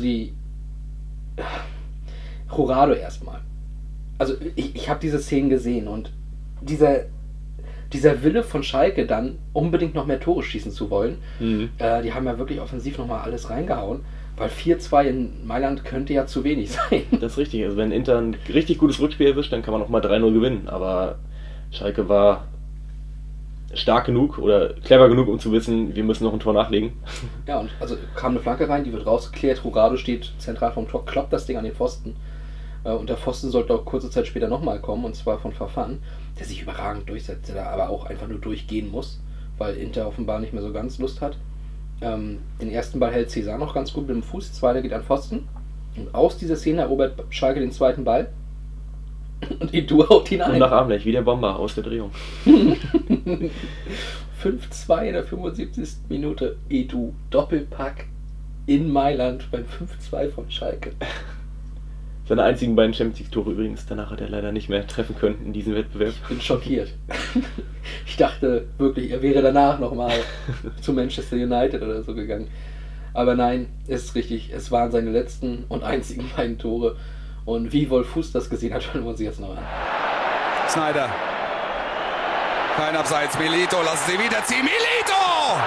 Speaker 3: Jurado erstmal. Also ich habe diese Szenen gesehen und dieser Wille von Schalke dann, unbedingt noch mehr Tore schießen zu wollen, die haben ja wirklich offensiv nochmal alles reingehauen, weil 4:2 in Mailand könnte ja zu wenig sein.
Speaker 4: Das ist richtig, also wenn Inter ein richtig gutes Rückspiel erwischt, dann kann man nochmal 3-0 gewinnen, aber Schalke war stark genug oder clever genug, um zu wissen, wir müssen noch ein Tor nachlegen.
Speaker 3: Ja, und also kam eine Flanke rein, die wird rausgeklärt, Jurado steht zentral vom Tor, kloppt das Ding an den Pfosten. Und der Pfosten sollte auch kurze Zeit später nochmal kommen, und zwar von Verfahren, der sich überragend durchsetzt, der da aber auch einfach nur durchgehen muss, weil Inter offenbar nicht mehr so ganz Lust hat. Den ersten Ball hält Cesar noch ganz gut mit dem Fuß, zweiter geht an Pfosten. Und aus dieser Szene erobert Schalke den zweiten Ball. Und Edu haut ihn ein.
Speaker 4: Unnachahmlich, wie der Bomber aus der Drehung.
Speaker 3: 5:2 in der 75. Minute. Edu, Doppelpack in Mailand beim 5:2 von Schalke.
Speaker 4: Seine einzigen beiden Champions League-Tore übrigens. Danach hat er leider nicht mehr treffen können in diesem Wettbewerb.
Speaker 3: Ich bin schockiert. Ich dachte wirklich, er wäre danach nochmal zu Manchester United oder so gegangen. Aber nein, ist richtig. Es waren seine letzten und einzigen beiden Tore. Und wie Wolf Fuß das gesehen hat, schauen wir uns jetzt noch an.
Speaker 2: Sneijder. Kein Abseits. Milito, lassen Sie wieder ziehen. Milito!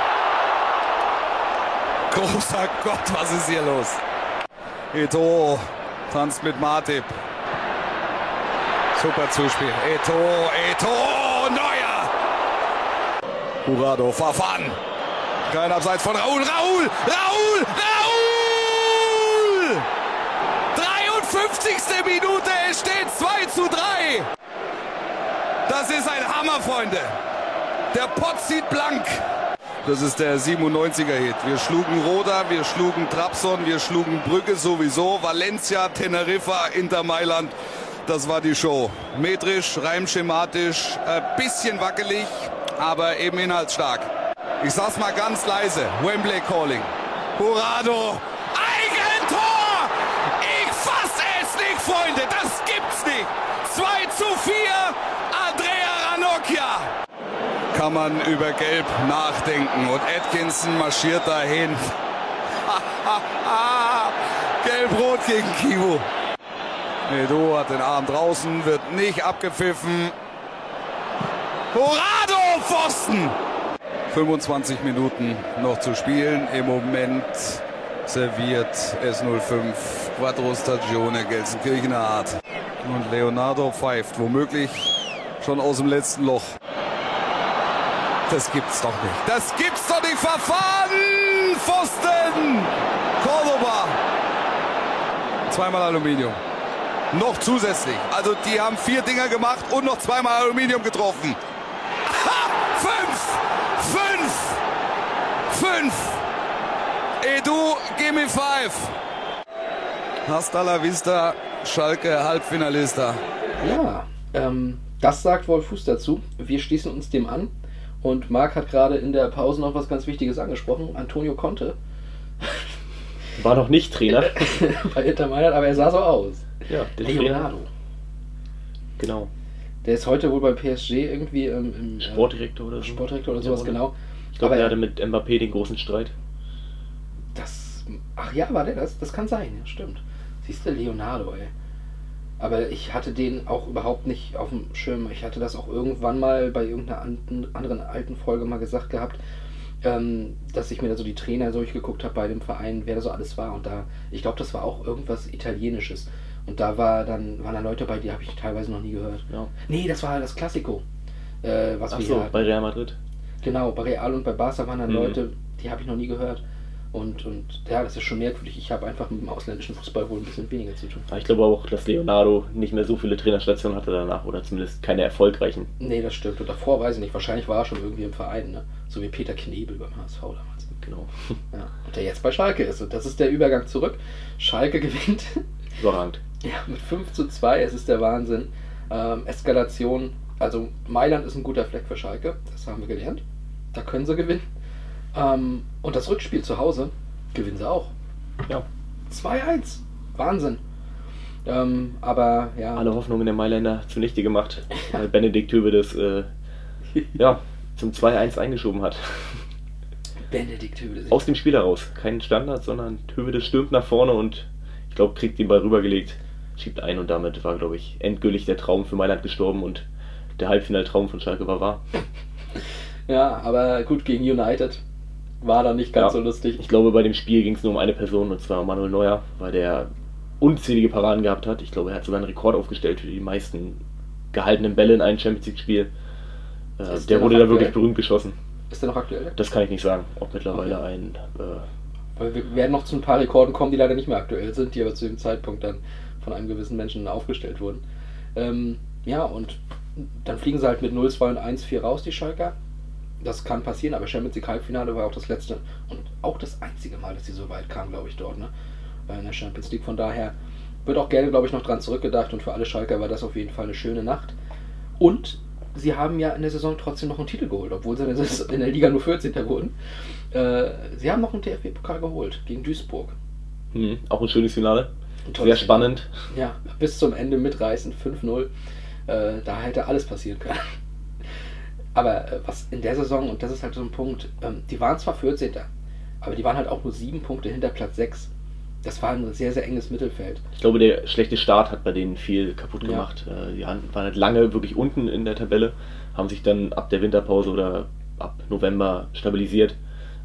Speaker 2: Großer Gott, was ist hier los? Eto'o tanzt mit Matip. Super Zuspiel. Eto'o, Neuer! Jurado, Verfahren. Kein Abseits von Raul. 53. Minute, es steht 2:3. Das ist ein Hammer, Freunde. Der Pott zieht blank. Das ist der 97er-Hit. Wir schlugen Roda, wir schlugen Trabzon, wir schlugen Brügge sowieso, Valencia, Teneriffa, Inter Mailand. Das war die Show. Metrisch, reimschematisch, bisschen wackelig, aber eben inhaltsstark. Ich sag's mal ganz leise. Wembley Calling. Jurado. Eigentor! Ich fass es nicht, Freunde. Das gibt's nicht. 2:4. Andrea Ranocchia. Kann man über Gelb nachdenken. Und Atkinson marschiert dahin. Gelb-Rot gegen Kivu. Edu hat den Arm draußen, wird nicht abgepfiffen. Jurado, Pfosten! 25 Minuten noch zu spielen. Im Moment serviert S05 Quattro Stagione Gelsenkirchener Art. Und Leonardo pfeift womöglich schon aus dem letzten Loch. Das gibt's doch nicht. Das gibt's doch nicht. Verfahren! Pfosten! Cordoba! Zweimal Aluminium. Noch zusätzlich. Also die haben 4 Dinger gemacht und noch zweimal Aluminium getroffen. 5! Edu, give me 5. Hasta la vista, Schalke Halbfinalista.
Speaker 3: Ja, das sagt Wolf Fuß dazu. Wir schließen uns dem an. Und Marc hat gerade in der Pause noch was ganz Wichtiges angesprochen. Antonio Conte.
Speaker 4: War noch nicht Trainer.
Speaker 3: Bei Inter Mailand, aber er sah so aus.
Speaker 4: Ja, der
Speaker 3: Leonardo.
Speaker 4: Genau.
Speaker 3: Der ist heute wohl beim PSG irgendwie im
Speaker 4: Sportdirektor oder so.
Speaker 3: Sportdirektor oder sowas, genau.
Speaker 4: Ich glaube, er hatte mit Mbappé den großen Streit.
Speaker 3: Ach ja, war der das? Das kann sein, ja, stimmt. Siehst du, Leonardo, ey. Aber ich hatte den auch überhaupt nicht auf dem Schirm. Ich hatte das auch irgendwann mal bei irgendeiner anderen alten Folge mal gesagt gehabt, dass ich mir da so die Trainer durchgeguckt habe bei dem Verein, wer da so alles war. Und da, ich glaube, das war auch irgendwas Italienisches. Und da waren da Leute bei, die habe ich teilweise noch nie gehört.
Speaker 4: Ja.
Speaker 3: Nee, das war das Classico. Was wir hier hatten.
Speaker 4: Bei Real Madrid.
Speaker 3: Genau, bei Real und bei Barca waren dann Leute, die habe ich noch nie gehört. Und ja, das ist schon merkwürdig. Ich habe einfach mit dem ausländischen Fußball wohl ein bisschen weniger zu tun.
Speaker 4: Ich glaube auch, dass Leonardo nicht mehr so viele Trainerstationen hatte danach oder zumindest keine erfolgreichen.
Speaker 3: Nee, das stimmt. Und davor weiß ich nicht. Wahrscheinlich war er schon irgendwie im Verein, ne? So wie Peter Knebel beim HSV damals.
Speaker 4: Genau.
Speaker 3: Ja. Und der jetzt bei Schalke ist. Und das ist der Übergang zurück. Schalke gewinnt.
Speaker 4: Überragend.
Speaker 3: Ja, mit 5:2. Es ist der Wahnsinn. Eskalation. Also Mailand ist ein guter Fleck für Schalke. Das haben wir gelernt. Da können sie gewinnen. Und das Rückspiel zu Hause gewinnen sie auch.
Speaker 4: Ja.
Speaker 3: 2:1. Wahnsinn. Aber ja.
Speaker 4: Alle Hoffnungen der Mailänder zunichte gemacht, weil Benedikt Höwedes zum 2:1 eingeschoben hat.
Speaker 3: Benedikt Höwedes.
Speaker 4: Aus dem Spiel heraus. Kein Standard, sondern Höwedes stürmt nach vorne und ich glaube, kriegt den Ball rübergelegt, schiebt ein und damit war, glaube ich, endgültig der Traum für Mailand gestorben und der Halbfinaltraum von Schalke war wahr.
Speaker 3: Ja, aber gut, gegen United war dann nicht ganz so lustig.
Speaker 4: Ich glaube, bei dem Spiel ging es nur um eine Person, und zwar Manuel Neuer, weil der unzählige Paraden gehabt hat. Ich glaube, er hat sogar einen Rekord aufgestellt für die meisten gehaltenen Bälle in einem Champions-League-Spiel. Der wurde da wirklich berühmt geschossen.
Speaker 3: Ist der noch aktuell?
Speaker 4: Das kann ich nicht sagen, ob mittlerweile
Speaker 3: weil wir werden noch zu ein paar Rekorden kommen, die leider nicht mehr aktuell sind, die aber zu dem Zeitpunkt dann von einem gewissen Menschen aufgestellt wurden. Ja, und dann fliegen sie halt mit 0-2 und 1-4 raus, die Schalker. Das kann passieren, aber Champions League Halbfinale war auch das letzte und auch das einzige Mal, dass sie so weit kamen, glaube ich, dort, ne? In der Champions League. Von daher wird auch gerne, glaube ich, noch dran zurückgedacht und für alle Schalker war das auf jeden Fall eine schöne Nacht. Und sie haben ja in der Saison trotzdem noch einen Titel geholt, obwohl sie in der Liga nur 14. wurden. Sie haben noch einen DFB-Pokal geholt gegen Duisburg.
Speaker 4: Auch ein schönes Finale. Sehr spannend.
Speaker 3: Ja, bis zum Ende mitreißend, 5-0. Da hätte alles passieren können. Aber was in der Saison, und das ist halt so ein Punkt, die waren zwar 14. aber die waren halt auch nur 7 Punkte hinter Platz 6. Das war ein sehr, sehr enges Mittelfeld.
Speaker 4: Ich glaube, der schlechte Start hat bei denen viel kaputt gemacht. Die waren halt lange wirklich unten in der Tabelle, haben sich dann ab der Winterpause oder ab November stabilisiert.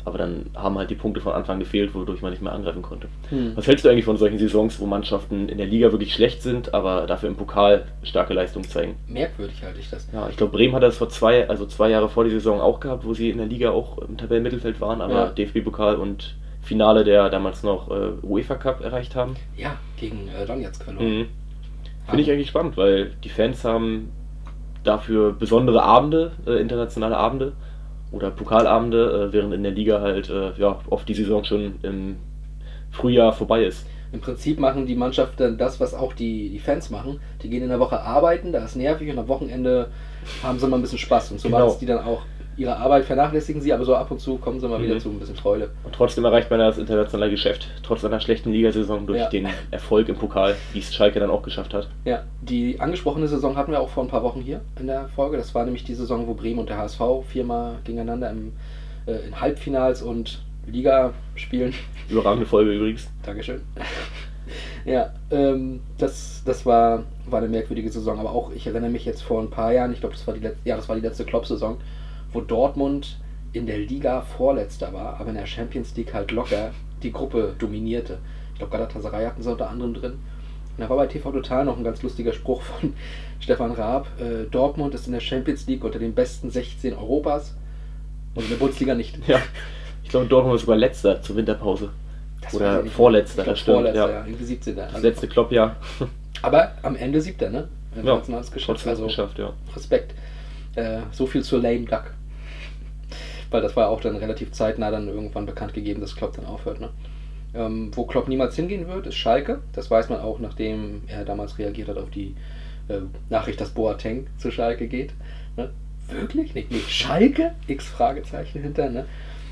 Speaker 4: Aber dann haben halt die Punkte von Anfang gefehlt, wodurch man nicht mehr angreifen konnte. Was hältst du eigentlich von solchen Saisons, wo Mannschaften in der Liga wirklich schlecht sind, aber dafür im Pokal starke Leistungen zeigen?
Speaker 3: Merkwürdig halte ich das.
Speaker 4: Ja, ich glaube, Bremen hat das vor 2 Jahre vor der Saison auch gehabt, wo sie in der Liga auch im Tabellenmittelfeld waren, aber DFB-Pokal und Finale der damals noch UEFA Cup erreicht haben.
Speaker 3: Ja, gegen Donetsk verloren.
Speaker 4: Finde ich eigentlich spannend, weil die Fans haben dafür besondere Abende, internationale Abende oder Pokalabende, während in der Liga halt oft die Saison schon im Frühjahr vorbei ist.
Speaker 3: Im Prinzip machen die Mannschaften das, was auch die Fans machen. Die gehen in der Woche arbeiten, da ist nervig und am Wochenende haben sie mal ein bisschen Spaß. Und so machen es die dann auch. Ihre Arbeit vernachlässigen sie, aber so ab und zu kommen sie mal wieder zu ein bisschen Freude.
Speaker 4: Und trotzdem erreicht man das internationale Geschäft, trotz einer schlechten Ligasaison durch den Erfolg im Pokal, wie es Schalke dann auch geschafft hat.
Speaker 3: Ja, die angesprochene Saison hatten wir auch vor ein paar Wochen hier in der Folge. Das war nämlich die Saison, wo Bremen und der HSV 4-mal gegeneinander in Halbfinals und Liga spielen.
Speaker 4: Überragende Folge übrigens.
Speaker 3: Dankeschön. Ja, das war eine merkwürdige Saison, aber auch, ich erinnere mich jetzt vor ein paar Jahren, ich glaube, das war die letzte Klopp-Saison, wo Dortmund in der Liga Vorletzter war, aber in der Champions League halt locker die Gruppe dominierte. Ich glaube, Galatasaray hatten sie unter anderem drin. Und da war bei TV Total noch ein ganz lustiger Spruch von Stefan Raab. Dortmund ist in der Champions League unter den besten 16 Europas und in der Bundesliga nicht.
Speaker 4: Ja, ich glaube, Dortmund war sogar Letzter zur Winterpause. Oder Vorletzter, das stimmt.
Speaker 3: Vorletzter, ja. Irgendwie 17.
Speaker 4: Das letzte Klopp-Jahr.
Speaker 3: Aber am Ende 7. ne?
Speaker 4: Ja,
Speaker 3: nationales Geschäft.
Speaker 4: Also geschafft, ja.
Speaker 3: Respekt. So viel zur Lame Duck. Weil das war auch dann relativ zeitnah dann irgendwann bekannt gegeben, dass Klopp dann aufhört. Ne? Wo Klopp niemals hingehen wird, ist Schalke. Das weiß man auch, nachdem er damals reagiert hat auf die Nachricht, dass Boateng zu Schalke geht. Ne? Wirklich? Nicht Schalke? X-Fragezeichen hinter. Ne?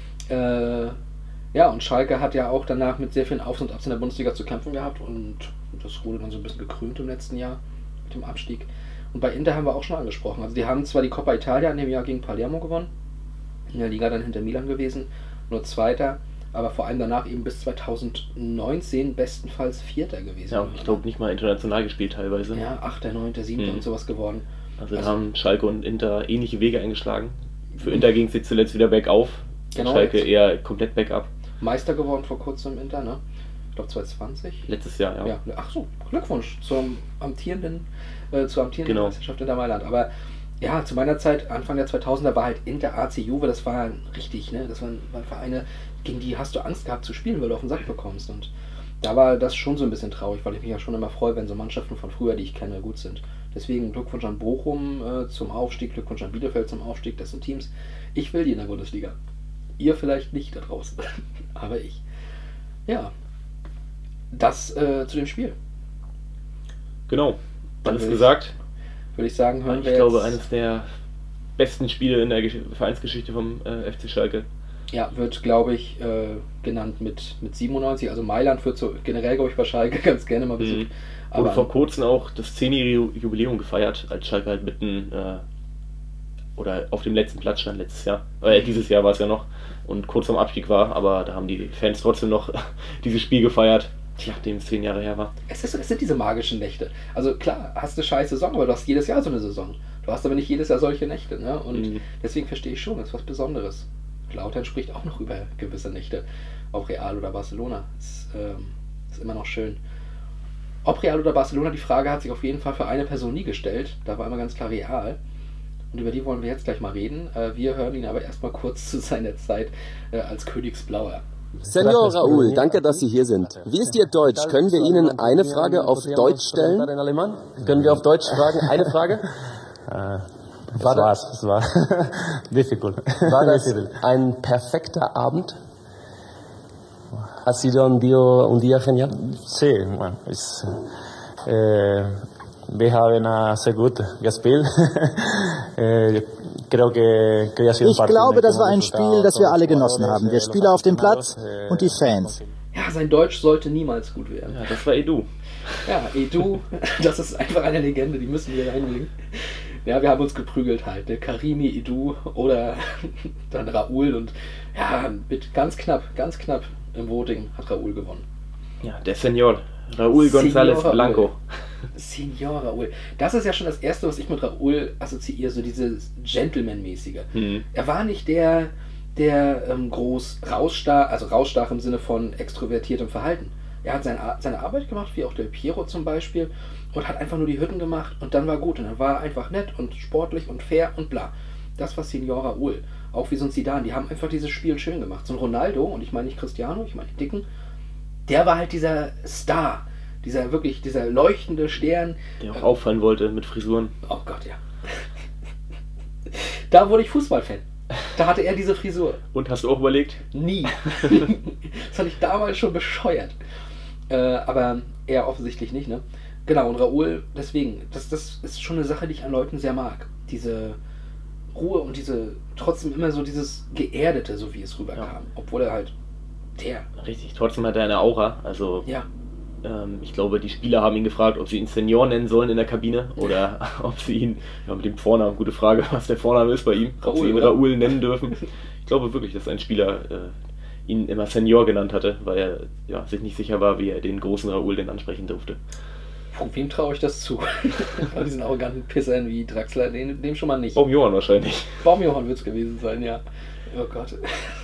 Speaker 3: Ja, und Schalke hat ja auch danach mit sehr vielen Aufs und Abs in der Bundesliga zu kämpfen gehabt und das wurde dann so ein bisschen gekrönt im letzten Jahr mit dem Abstieg. Und bei Inter haben wir auch schon angesprochen. Also die haben zwar die Coppa Italia in dem Jahr gegen Palermo gewonnen, in der Liga dann hinter Milan gewesen, nur Zweiter, aber vor allem danach eben bis 2019 bestenfalls Vierter gewesen.
Speaker 4: Ja, ich glaube nicht mal international gespielt teilweise.
Speaker 3: Ja, 8., 9., 7. und sowas geworden.
Speaker 4: Also da haben Schalke und Inter ähnliche Wege eingeschlagen. Für Inter ging es jetzt zuletzt wieder bergauf,
Speaker 3: genau,
Speaker 4: Schalke eher komplett bergab.
Speaker 3: Meister geworden vor kurzem im Inter, ne? Ich glaube 2020.
Speaker 4: Letztes Jahr, ja.
Speaker 3: Ach so, Glückwunsch zur amtierenden Meisterschaft Inter Mailand. Aber ja, zu meiner Zeit, Anfang der 2000er, war halt Inter, AC, Juve, das war richtig, ne? Das waren Vereine, gegen die hast du Angst gehabt zu spielen, weil du auf den Sack bekommst. Und da war das schon so ein bisschen traurig, weil ich mich ja schon immer freue, wenn so Mannschaften von früher, die ich kenne, gut sind. Deswegen Glückwunsch an Bochum zum Aufstieg, Glückwunsch an Bielefeld zum Aufstieg. Das sind Teams, ich will die in der Bundesliga. Ihr vielleicht nicht da draußen, aber ich. Ja, das zu dem Spiel.
Speaker 4: Genau, alles gesagt.
Speaker 3: Würde ich sagen, hören wir
Speaker 4: jetzt... Ich glaube, eines der besten Spiele in der Vereinsgeschichte vom FC Schalke.
Speaker 3: Ja, wird, glaube ich, genannt mit 97. Also Mailand wird so generell, glaube ich, bei Schalke ganz gerne mal besucht.
Speaker 4: Wurde vor kurzem auch das 10-jährige Jubiläum gefeiert, als Schalke halt mitten oder auf dem letzten Platz stand letztes Jahr. Dieses Jahr war es ja noch und kurz vorm Abstieg war, aber da haben die Fans trotzdem noch dieses Spiel gefeiert, nachdem es 10 Jahre her war.
Speaker 3: Es sind diese magischen Nächte. Also klar, hast du eine scheiß Saison, aber du hast jedes Jahr so eine Saison. Du hast aber nicht jedes Jahr solche Nächte. Ne? Und deswegen verstehe ich schon, das ist was Besonderes. Lautern spricht auch noch über gewisse Nächte. Ob Real oder Barcelona. Ist immer noch schön. Ob Real oder Barcelona, die Frage hat sich auf jeden Fall für eine Person nie gestellt. Da war immer ganz klar Real. Und über die wollen wir jetzt gleich mal reden. Wir hören ihn aber erstmal kurz zu seiner Zeit als Königsblauer.
Speaker 5: Senor Raúl, danke, dass Sie hier sind. Wie ist Ihr Deutsch? Können wir Ihnen eine Frage auf Deutsch stellen? Können wir auf Deutsch fragen? Eine Frage?
Speaker 6: Es war difficult.
Speaker 5: War das ein perfekter Abend? ¿Ha sido un día genial?
Speaker 6: Sí, bueno, wir haben sehr gut gespielt. Ich
Speaker 7: glaube, das war ein Spiel, das wir alle genossen haben. Wir Spieler auf dem Platz und die Fans.
Speaker 3: Ja, sein Deutsch sollte niemals gut werden.
Speaker 4: Ja, das war Edu.
Speaker 3: Ja, Edu, das ist einfach eine Legende, die müssen wir reinbringen. Ja, wir haben uns geprügelt halt. Ne? Karimi, Edu oder dann Raúl und ja, mit ganz knapp im Voting hat Raúl gewonnen.
Speaker 4: Ja, der Senor Raúl González Blanco.
Speaker 3: Senor Raúl. Das ist ja schon das Erste, was ich mit Raúl assoziiere, so dieses Gentleman-mäßige. Er war nicht der der groß rausstach im Sinne von extrovertiertem Verhalten. Er hat seine Arbeit gemacht, wie auch Del Piero zum Beispiel, und hat einfach nur die Hütten gemacht und dann war gut. Und dann war er einfach nett und sportlich und fair und bla. Das war Señor Raúl. Auch wie so ein Zidane, die haben einfach dieses Spiel schön gemacht. So ein Ronaldo, und ich meine nicht Cristiano, ich meine die Dicken, der war halt dieser Star, dieser leuchtende Stern.
Speaker 4: Der auch auffallen wollte mit Frisuren.
Speaker 3: Oh Gott, ja. Da wurde ich Fußballfan. Da hatte er diese Frisur.
Speaker 4: Und hast du auch überlegt?
Speaker 3: Nie. Das fand ich damals schon bescheuert. Aber er offensichtlich nicht, ne? Genau, und Raúl, deswegen, das ist schon eine Sache, die ich an Leuten sehr mag. Diese Ruhe und trotzdem immer so dieses Geerdete, so wie es rüberkam. Ja. Obwohl er halt
Speaker 4: Richtig, trotzdem hat er eine Aura. Also,
Speaker 3: ja.
Speaker 4: Ich glaube, die Spieler haben ihn gefragt, ob sie ihn Senior nennen sollen in der Kabine oder ob sie ihn, mit dem Vornamen, gute Frage, was der Vorname ist bei ihm, ob sie ihn Raúl nennen dürfen. Ich glaube wirklich, dass ein Spieler ihn immer Senior genannt hatte, weil er sich nicht sicher war, wie er den großen Raúl denn ansprechen durfte.
Speaker 3: Von wem traue ich das zu? Von diesen arroganten Pissern wie Draxler, dem schon mal nicht.
Speaker 4: Baumjohann wahrscheinlich.
Speaker 3: Baumjohann wird es gewesen sein, ja. Oh Gott.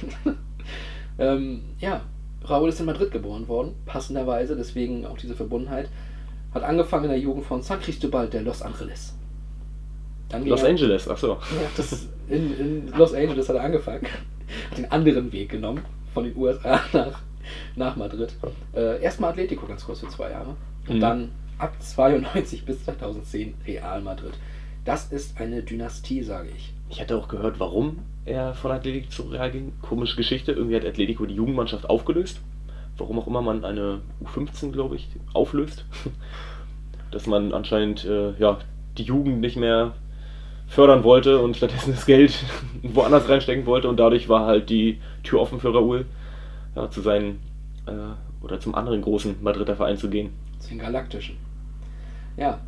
Speaker 3: Ja, Raúl ist in Madrid geboren worden, passenderweise, deswegen auch diese Verbundenheit. Hat angefangen in der Jugend von San Cristobal de Los Angeles.
Speaker 4: Los Angeles, achso.
Speaker 3: Ja, in Los Angeles hat er angefangen. Hat den anderen Weg genommen, von den USA nach Madrid. Erstmal Atletico ganz kurz für 2 Jahre. Und dann ab 92 bis 2010 Real Madrid. Das ist eine Dynastie, sage ich.
Speaker 4: Ich hatte auch gehört, warum er von Atletico zu Real ging. Komische Geschichte. Irgendwie hat Atletico die Jugendmannschaft aufgelöst. Warum auch immer man eine U15, glaube ich, auflöst. Dass man anscheinend die Jugend nicht mehr fördern wollte und stattdessen das Geld woanders reinstecken wollte. Und dadurch war halt die Tür offen für Raúl, zu seinen oder zum anderen großen Madrider Verein zu gehen.
Speaker 3: Zu den Galaktischen. Ja,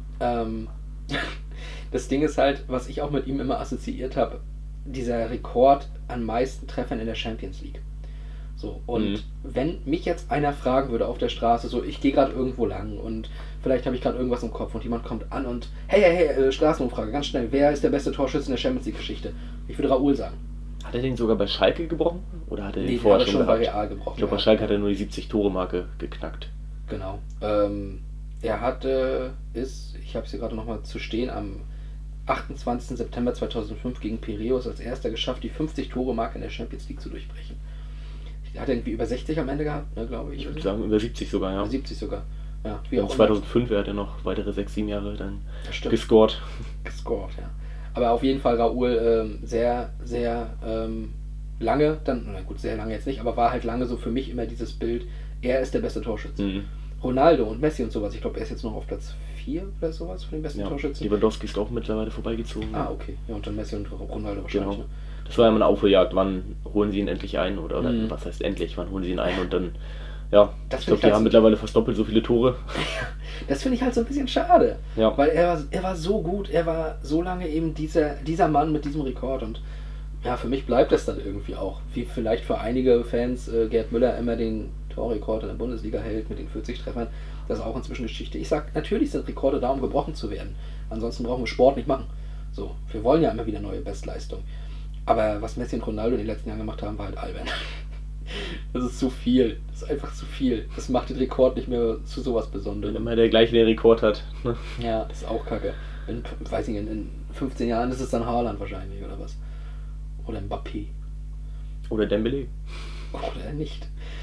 Speaker 3: das Ding ist halt, was ich auch mit ihm immer assoziiert habe, dieser Rekord an meisten Treffern in der Champions League. So, und wenn mich jetzt einer fragen würde auf der Straße, so, ich gehe gerade irgendwo lang und vielleicht habe ich gerade irgendwas im Kopf und jemand kommt an und hey, Straßenumfrage, ganz schnell, wer ist der beste Torschütze in der Champions League Geschichte? Ich würde Raúl sagen.
Speaker 4: Hat er den sogar bei Schalke gebrochen? Oder hat er den vorher schon
Speaker 3: bei Real gebrochen?
Speaker 4: Ich glaube, bei Schalke hat er nur die 70-Tore-Marke geknackt.
Speaker 3: Genau. Er ich habe es hier gerade nochmal zu stehen, am 28. September 2005 gegen Piraeus als erster geschafft, die 50-Tore-Marke in der Champions League zu durchbrechen. Er hat irgendwie über 60 am Ende gehabt, ne, glaube ich.
Speaker 4: Ich würde sagen, über 70 sogar, ja.
Speaker 3: Über 70 sogar. Ja,
Speaker 4: wie auch 2005 hat er noch weitere 6-7 Jahre dann gescored.
Speaker 3: Gescored, ja. Aber auf jeden Fall Raúl sehr, sehr lange, sehr lange jetzt nicht, aber war halt lange so für mich immer dieses Bild, er ist der beste Torschütze. Ronaldo und Messi und sowas, ich glaube, er ist jetzt noch auf Platz 4 oder sowas von den besten Torschützen.
Speaker 4: Lewandowski ist auch mittlerweile vorbeigezogen.
Speaker 3: Ah, okay. Ja, und dann Messi und Ronaldo wahrscheinlich.
Speaker 4: Genau. Ne? Das war ja immer eine Aufholjagd, wann holen sie ihn endlich ein oder was heißt endlich, wann holen sie ihn ein und dann, ich glaube, die haben mittlerweile fast doppelt so viele Tore.
Speaker 3: Das finde ich halt so ein bisschen schade, weil er war so gut, er war so lange eben dieser Mann mit diesem Rekord und ja, für mich bleibt das dann irgendwie auch, wie vielleicht für einige Fans Gerd Müller immer den Torrekord in der Bundesliga hält mit den 40 Treffern, das ist auch inzwischen Geschichte. Ich sag, natürlich sind Rekorde da, um gebrochen zu werden, ansonsten brauchen wir Sport nicht machen. So, wir wollen ja immer wieder neue Bestleistungen. Aber was Messi und Ronaldo in den letzten Jahren gemacht haben, war halt albern. Das ist zu viel. Das ist einfach zu viel. Das macht den Rekord nicht mehr zu sowas Besonderem.
Speaker 4: Wenn immer der gleiche den Rekord hat. Ne?
Speaker 3: Ja, das ist auch kacke. In 15 Jahren ist es dann Haaland wahrscheinlich, oder was? Oder Mbappé.
Speaker 4: Oder Dembélé.
Speaker 3: Oder nicht.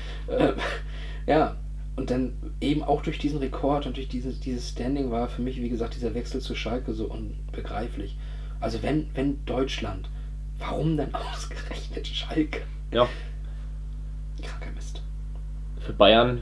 Speaker 3: Ja, und dann eben auch durch diesen Rekord und durch dieses Standing war für mich, wie gesagt, dieser Wechsel zu Schalke so unbegreiflich. Also wenn Deutschland, warum dann ausgerechnet Schalke?
Speaker 4: Ja.
Speaker 3: Kranker Mist.
Speaker 4: Für Bayern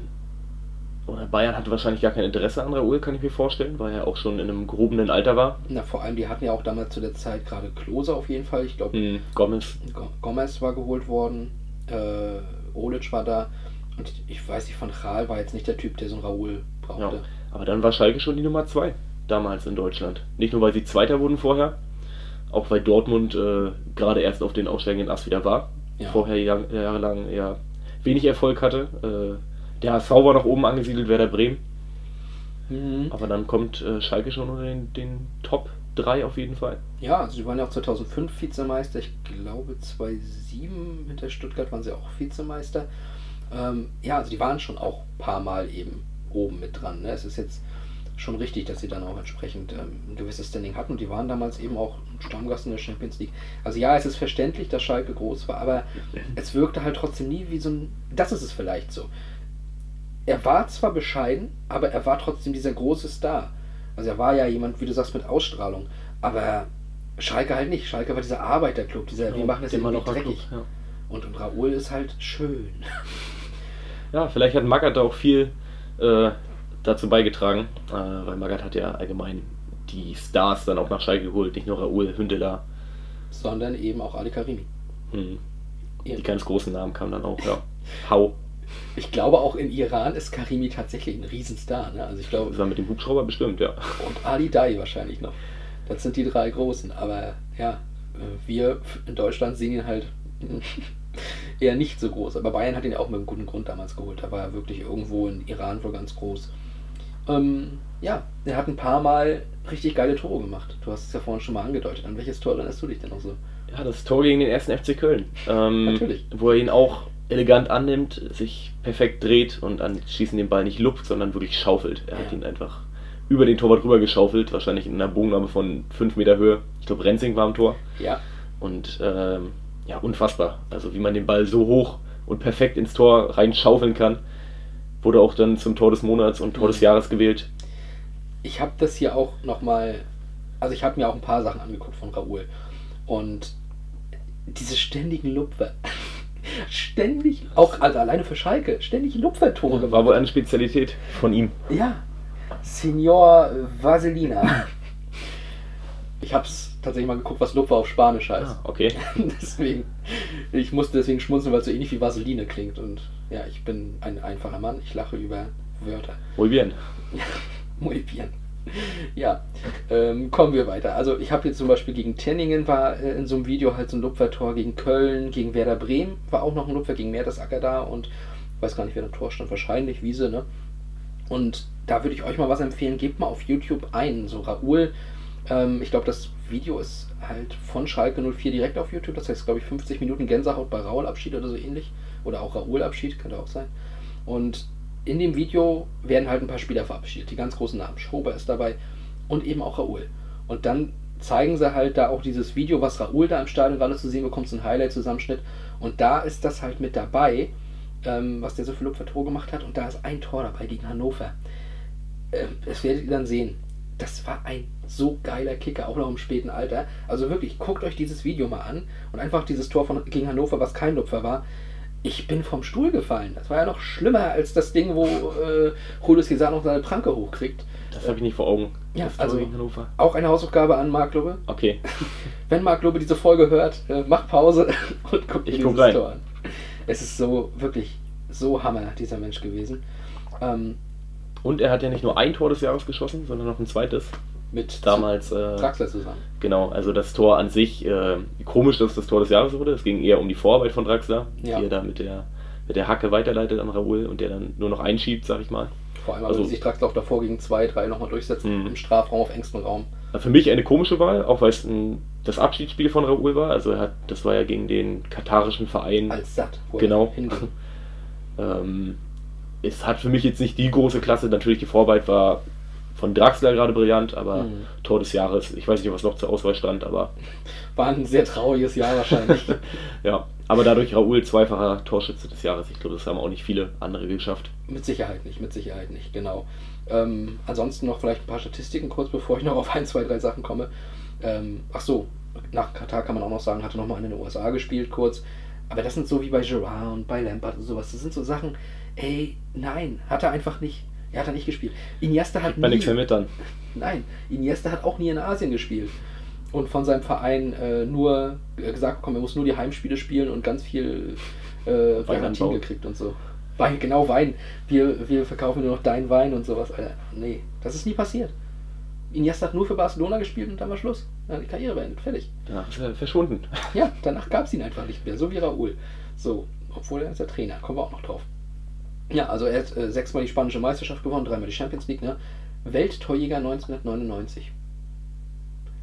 Speaker 4: hatte wahrscheinlich gar kein Interesse an Raúl, kann ich mir vorstellen, weil er auch schon in einem gehobenen Alter war.
Speaker 3: Na, vor allem, die hatten ja auch damals zu der Zeit gerade Klose auf jeden Fall. Ich glaube, Gomez war geholt worden, Olic war da und ich weiß nicht, Van Gaal war jetzt nicht der Typ, der so einen Raúl brauchte.
Speaker 4: Ja, aber dann war Schalke schon die Nummer 2 damals in Deutschland. Nicht nur, weil sie Zweiter wurden vorher, auch weil Dortmund gerade erst auf den aufsteigenden Ast wieder war. Ja. Vorher jahrelang eher wenig Erfolg hatte. Der HSV war noch oben angesiedelt, Werder Bremen. Aber dann kommt Schalke schon unter den Top 3 auf jeden Fall.
Speaker 3: Ja, also die waren ja auch 2005 Vizemeister. Ich glaube 2007 hinter Stuttgart waren sie auch Vizemeister. Ja, also die waren schon auch ein paar Mal eben oben mit dran. Ne? Es ist jetzt schon richtig, dass sie dann auch entsprechend ein gewisses Standing hatten. Und die waren damals eben auch Stammgast in der Champions League. Also ja, es ist verständlich, dass Schalke groß war, aber es wirkte halt trotzdem nie wie so ein... Das ist es vielleicht so. Er war zwar bescheiden, aber er war trotzdem dieser große Star. Also er war ja jemand, wie du sagst, mit Ausstrahlung. Aber Schalke halt nicht. Schalke war dieser Arbeiterclub, dieser, wir machen das immer noch dreckig. Club, ja. Und Raoul ist halt schön.
Speaker 4: Ja, vielleicht hat Magath auch viel dazu beigetragen, weil Magath hat ja allgemein die Stars dann auch nach Schalke geholt. Nicht nur Raoul, Hünteler.
Speaker 3: Sondern eben auch Ali Karimi.
Speaker 4: Die ganz großen Namen kamen dann auch, ja. Hau.
Speaker 3: Ich glaube, auch in Iran ist Karimi tatsächlich ein Riesenstar. Ne? Also ich glaube,
Speaker 4: das war mit dem Hubschrauber bestimmt, ja.
Speaker 3: Und Ali Dai wahrscheinlich noch. Das sind die 3 Großen. Aber ja, wir in Deutschland sehen ihn halt eher nicht so groß. Aber Bayern hat ihn ja auch mit einem guten Grund damals geholt. Da war er wirklich irgendwo in Iran wohl ganz groß. Ja, er hat ein paar Mal richtig geile Tore gemacht. Du hast es ja vorhin schon mal angedeutet. An welches Tor erinnerst du dich denn noch so?
Speaker 4: Ja, das Tor gegen den 1. FC Köln.
Speaker 3: Natürlich.
Speaker 4: Wo er ihn auch elegant annimmt, sich perfekt dreht und anschließend den Ball nicht lupft, sondern wirklich schaufelt. Er hat ihn einfach über den Torwart rüber geschaufelt, wahrscheinlich in einer Bogennahme von 5 Meter Höhe. Ich glaube, Rensing war am Tor.
Speaker 3: Ja.
Speaker 4: Und ja, unfassbar. Also wie man den Ball so hoch und perfekt ins Tor reinschaufeln kann. Wurde auch dann zum Tor des Monats und Tor des Jahres gewählt.
Speaker 3: Ich habe das hier auch nochmal, also ich habe mir auch ein paar Sachen angeguckt von Raoul. Und diese ständigen Lupfer, ständig, auch also alleine für Schalke, ständig Lupfertore gemacht.
Speaker 4: War wohl eine Spezialität von ihm.
Speaker 3: Ja, Signor Vaselina. Ich habe es tatsächlich mal geguckt, was Lupfer auf Spanisch heißt.
Speaker 4: Ah, okay.
Speaker 3: Ich musste deswegen schmunzeln, weil es so ähnlich wie Vaseline klingt. Und ja, ich bin ein einfacher Mann, ich lache über Wörter.
Speaker 4: Muy bien.
Speaker 3: Muy bien. Ja, kommen wir weiter. Also ich habe jetzt zum Beispiel gegen Tenningen war in so einem Video halt so ein Lupfertor, gegen Köln, gegen Werder Bremen war auch noch ein Lupfer, gegen Mertesacker da und ich weiß gar nicht, wer im Tor stand, wahrscheinlich Wiese, ne? Und da würde ich euch mal was empfehlen, gebt mal auf YouTube ein, so Raoul, ich glaube das Video ist halt von Schalke 04 direkt auf YouTube, das heißt glaube ich 50 Minuten Gänsehaut bei Raoul-Abschied oder so ähnlich, oder auch Raoul-Abschied, könnte auch sein. Und in dem Video werden halt ein paar Spieler verabschiedet, die ganz großen Namen. Schober ist dabei und eben auch Raoul. Und dann zeigen sie halt da auch dieses Video, was Raoul da im Stadion gerade zu sehen bekommt, so ein Highlight-Zusammenschnitt. Und da ist das halt mit dabei, was der so für Lupfer-Tor gemacht hat. Und da ist ein Tor dabei gegen Hannover. Das werdet ihr dann sehen. Das war ein so geiler Kicker, auch noch im späten Alter. Also wirklich, guckt euch dieses Video mal an und einfach dieses Tor gegen Hannover, was kein Lupfer war. Ich bin vom Stuhl gefallen. Das war ja noch schlimmer als das Ding, wo Julio César noch seine Pranke hochkriegt.
Speaker 4: Das habe ich nicht vor Augen.
Speaker 3: Ja, also auch eine Hausaufgabe an Marc Lubbe.
Speaker 4: Okay.
Speaker 3: Wenn Marc Lubbe diese Folge hört, mach Pause und guck dir dieses Tor an. Es ist so, wirklich so Hammer, dieser Mensch gewesen.
Speaker 4: Und er hat ja nicht nur ein Tor des Jahres geschossen, sondern noch ein zweites.
Speaker 3: Mit
Speaker 4: damals
Speaker 3: Draxler zusammen.
Speaker 4: Genau, also das Tor an sich, komisch, dass das Tor des Jahres wurde. Es ging eher um die Vorarbeit von Draxler, die er da mit der Hacke weiterleitet an Raoul und der dann nur noch einschiebt, sag ich mal.
Speaker 3: Vor allem, also sich Draxler auch davor gegen 2, 3 nochmal durchsetzen im Strafraum auf engstem Raum.
Speaker 4: Für mich eine komische Wahl, auch weil es das Abschiedsspiel von Raoul war. Also das war ja gegen den katarischen Verein.
Speaker 3: Al-Sadd, wo
Speaker 4: genau.
Speaker 3: er hinging.
Speaker 4: Es hat für mich jetzt nicht die große Klasse. Natürlich die Vorarbeit war von Draxler gerade brillant, aber Tor des Jahres, ich weiß nicht, was noch zur Auswahl stand, aber...
Speaker 3: War ein sehr trauriges Jahr wahrscheinlich.
Speaker 4: Ja, aber dadurch Raoul zweifacher Torschütze des Jahres. Ich glaube, das haben auch nicht viele andere geschafft.
Speaker 3: Mit Sicherheit nicht, genau. Ansonsten noch vielleicht ein paar Statistiken kurz, bevor ich noch auf 1, 2, 3 Sachen komme. Nach Katar kann man auch noch sagen, hatte nochmal in den USA gespielt kurz. Aber das sind so wie bei Gerrard und bei Lampard und sowas. Das sind so Sachen, nein, hat er einfach nicht. Er hat da nicht gespielt. Iniesta hat
Speaker 4: nie... nichts mehr mit dann.
Speaker 3: Nein, Iniesta hat auch nie in Asien gespielt. Und von seinem Verein nur gesagt bekommen, er muss nur die Heimspiele spielen und ganz viel Garantie gekriegt und so. Wein, genau, Wein. Wir verkaufen nur noch deinen Wein und sowas. Alter, nee, das ist nie passiert. Iniesta hat nur für Barcelona gespielt und dann war Schluss. Dann hat die Karriere beendet, fertig.
Speaker 4: Danach ist er verschwunden.
Speaker 3: Ja, danach gab es ihn einfach nicht mehr, so wie Raoul. So, obwohl er ist der Trainer, kommen wir auch noch drauf. Ja, also er hat 6-mal die spanische Meisterschaft gewonnen, 3-mal die Champions League, ne? Welttorjäger 1999.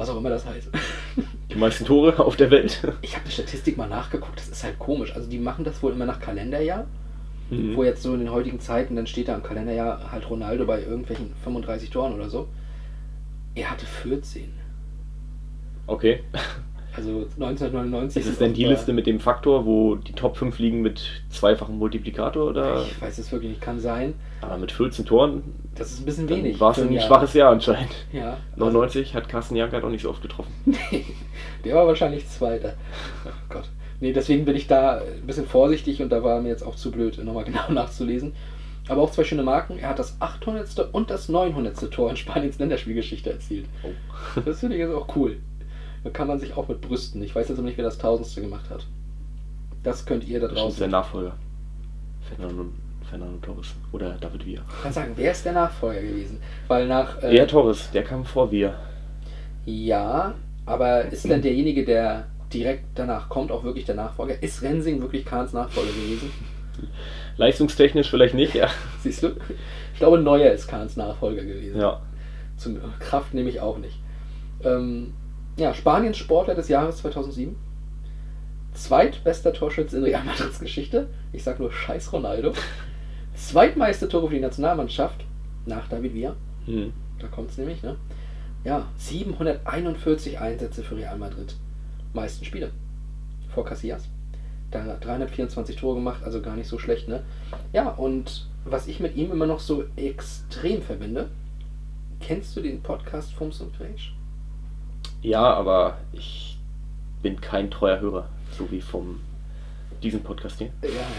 Speaker 3: Was auch immer das heißt.
Speaker 4: Die meisten Tore auf der Welt.
Speaker 3: Ich habe die Statistik mal nachgeguckt, das ist halt komisch. Also die machen das wohl immer nach Kalenderjahr, wo jetzt so in den heutigen Zeiten, dann steht da im Kalenderjahr halt Ronaldo bei irgendwelchen 35 Toren oder so. Er hatte 14.
Speaker 4: Okay.
Speaker 3: Also 1999.
Speaker 4: Ist es denn die Liste mit dem Faktor, wo die Top 5 liegen mit zweifachem Multiplikator? Oder?
Speaker 3: Ich weiß es wirklich nicht, kann sein.
Speaker 4: Aber mit 14 Toren,
Speaker 3: das ist ein bisschen wenig.
Speaker 4: War es ein schwaches Jahr anscheinend.
Speaker 3: Ja.
Speaker 4: 99 hat Carsten Janker auch nicht so oft getroffen.
Speaker 3: Nee, der war wahrscheinlich Zweiter. Oh Gott. Nee, deswegen bin ich da ein bisschen vorsichtig und da war mir jetzt auch zu blöd, nochmal genau nachzulesen. Aber auch 2 schöne Marken. Er hat das 800. und das 900. Tor in Spaniens Länderspielgeschichte erzielt. Oh. Das finde ich jetzt auch cool. Da kann man sich auch mit brüsten. Ich weiß jetzt aber nicht, wer das 1000. gemacht hat. Das könnt ihr da draußen.
Speaker 4: Das ist der Nachfolger. Fernando Torres oder David Villa.
Speaker 3: Ich kann sagen, wer ist der Nachfolger gewesen? Weil nach...
Speaker 4: Torres, der kam vor Villa.
Speaker 3: Ja, aber ist denn derjenige, der direkt danach kommt, auch wirklich der Nachfolger? Ist Rensing wirklich Kahns Nachfolger gewesen?
Speaker 4: Leistungstechnisch vielleicht nicht, ja.
Speaker 3: Siehst du? Ich glaube, Neuer ist Kahns Nachfolger gewesen.
Speaker 4: Ja.
Speaker 3: Zum Kraft nehme ich auch nicht. Ja, Spaniens Sportler des Jahres 2007. Zweitbester Torschütze in Real Madrids Geschichte. Ich sag nur scheiß Ronaldo. Zweitmeiste Tore für die Nationalmannschaft. Nach David Villa. Da kommt es nämlich, ne? Ja, 741 Einsätze für Real Madrid. Meisten Spiele. Vor Casillas. Da hat 324 Tore gemacht, also gar nicht so schlecht, ne? Ja, und was ich mit ihm immer noch so extrem verbinde, kennst du den Podcast Fums und Quatsch?
Speaker 4: Ja, aber ich bin kein treuer Hörer, so wie von diesem Podcast hier.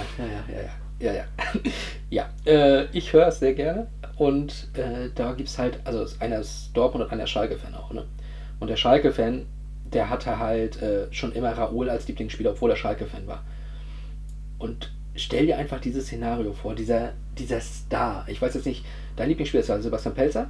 Speaker 4: Ja. Ich höre es sehr gerne und da gibt es halt, also einer ist Dortmund und einer Schalke-Fan auch, ne? Und der Schalke-Fan, der hatte halt schon immer Raúl als Lieblingsspieler, obwohl er Schalke-Fan war. Und stell dir einfach dieses Szenario vor, dieser Star. Ich weiß jetzt nicht, dein Lieblingsspieler ist ja Sebastian Pelzer.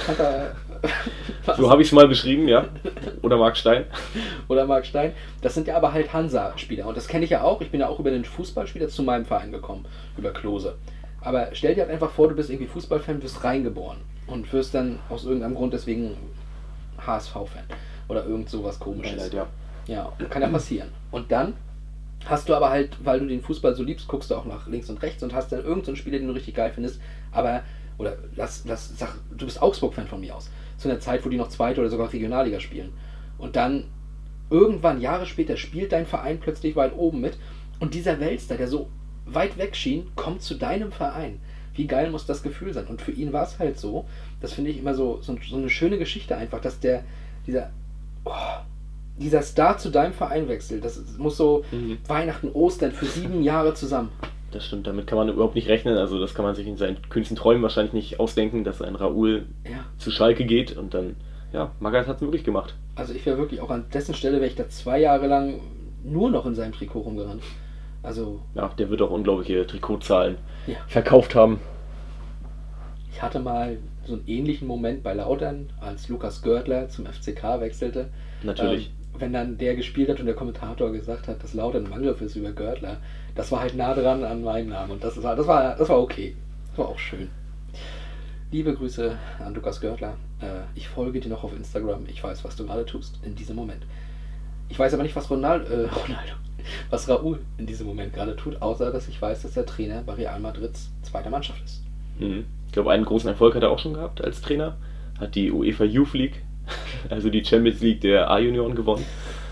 Speaker 4: So habe ich es mal beschrieben, ja. Oder Marc Stein.
Speaker 3: Das sind ja aber halt Hansa-Spieler. Und das kenne ich ja auch. Ich bin ja auch über den Fußballspieler zu meinem Verein gekommen. Über Klose. Aber stell dir halt einfach vor, du bist irgendwie Fußballfan, wirst reingeboren. Und wirst dann aus irgendeinem Grund deswegen HSV-Fan. Oder irgend sowas Komisches. Ja, kann ja passieren. Und dann hast du aber halt, weil du den Fußball so liebst, guckst du auch nach links und rechts und hast dann irgendeinen Spieler, den du richtig geil findest. Aber, oder sag, du bist Augsburg-Fan von mir aus. Zu einer Zeit, wo die noch Zweite oder sogar Regionalliga spielen. Und dann irgendwann, Jahre später, spielt dein Verein plötzlich weit oben mit. Und dieser Weltstar, der so weit weg schien, kommt zu deinem Verein. Wie geil muss das Gefühl sein? Und für ihn war es halt so, das finde ich immer so eine schöne Geschichte einfach, dass dieser Star zu deinem Verein wechselt. Das muss so Weihnachten, Ostern für 7 Jahre zusammen.
Speaker 4: Das stimmt, damit kann man überhaupt nicht rechnen. Also das kann man sich in seinen kühnsten Träumen wahrscheinlich nicht ausdenken, dass ein Raúl zu Schalke geht und dann, ja, Magath hat es möglich gemacht.
Speaker 3: Also ich wäre wirklich auch an dessen Stelle, wäre ich da 2 Jahre lang nur noch in seinem Trikot rumgerannt. Also... Ja,
Speaker 4: der wird auch unglaubliche Trikotzahlen verkauft haben.
Speaker 3: Ich hatte mal so einen ähnlichen Moment bei Lautern, als Lukas Görtler zum FCK wechselte.
Speaker 4: Natürlich.
Speaker 3: Wenn dann der gespielt hat und der Kommentator gesagt hat, dass Lautern im Angriff ist über Görtler, das war halt nah dran an meinem Namen und das war okay. Das war auch schön. Liebe Grüße an Lukas Görtler. Ich folge dir noch auf Instagram. Ich weiß, was du gerade tust in diesem Moment. Ich weiß aber nicht, was was Raúl in diesem Moment gerade tut, außer dass ich weiß, dass er Trainer bei Real Madrids zweiter Mannschaft ist.
Speaker 4: Ich glaube, einen großen Erfolg hat er auch schon gehabt als Trainer. Hat die UEFA Youth League, also die Champions League der A-Junioren gewonnen.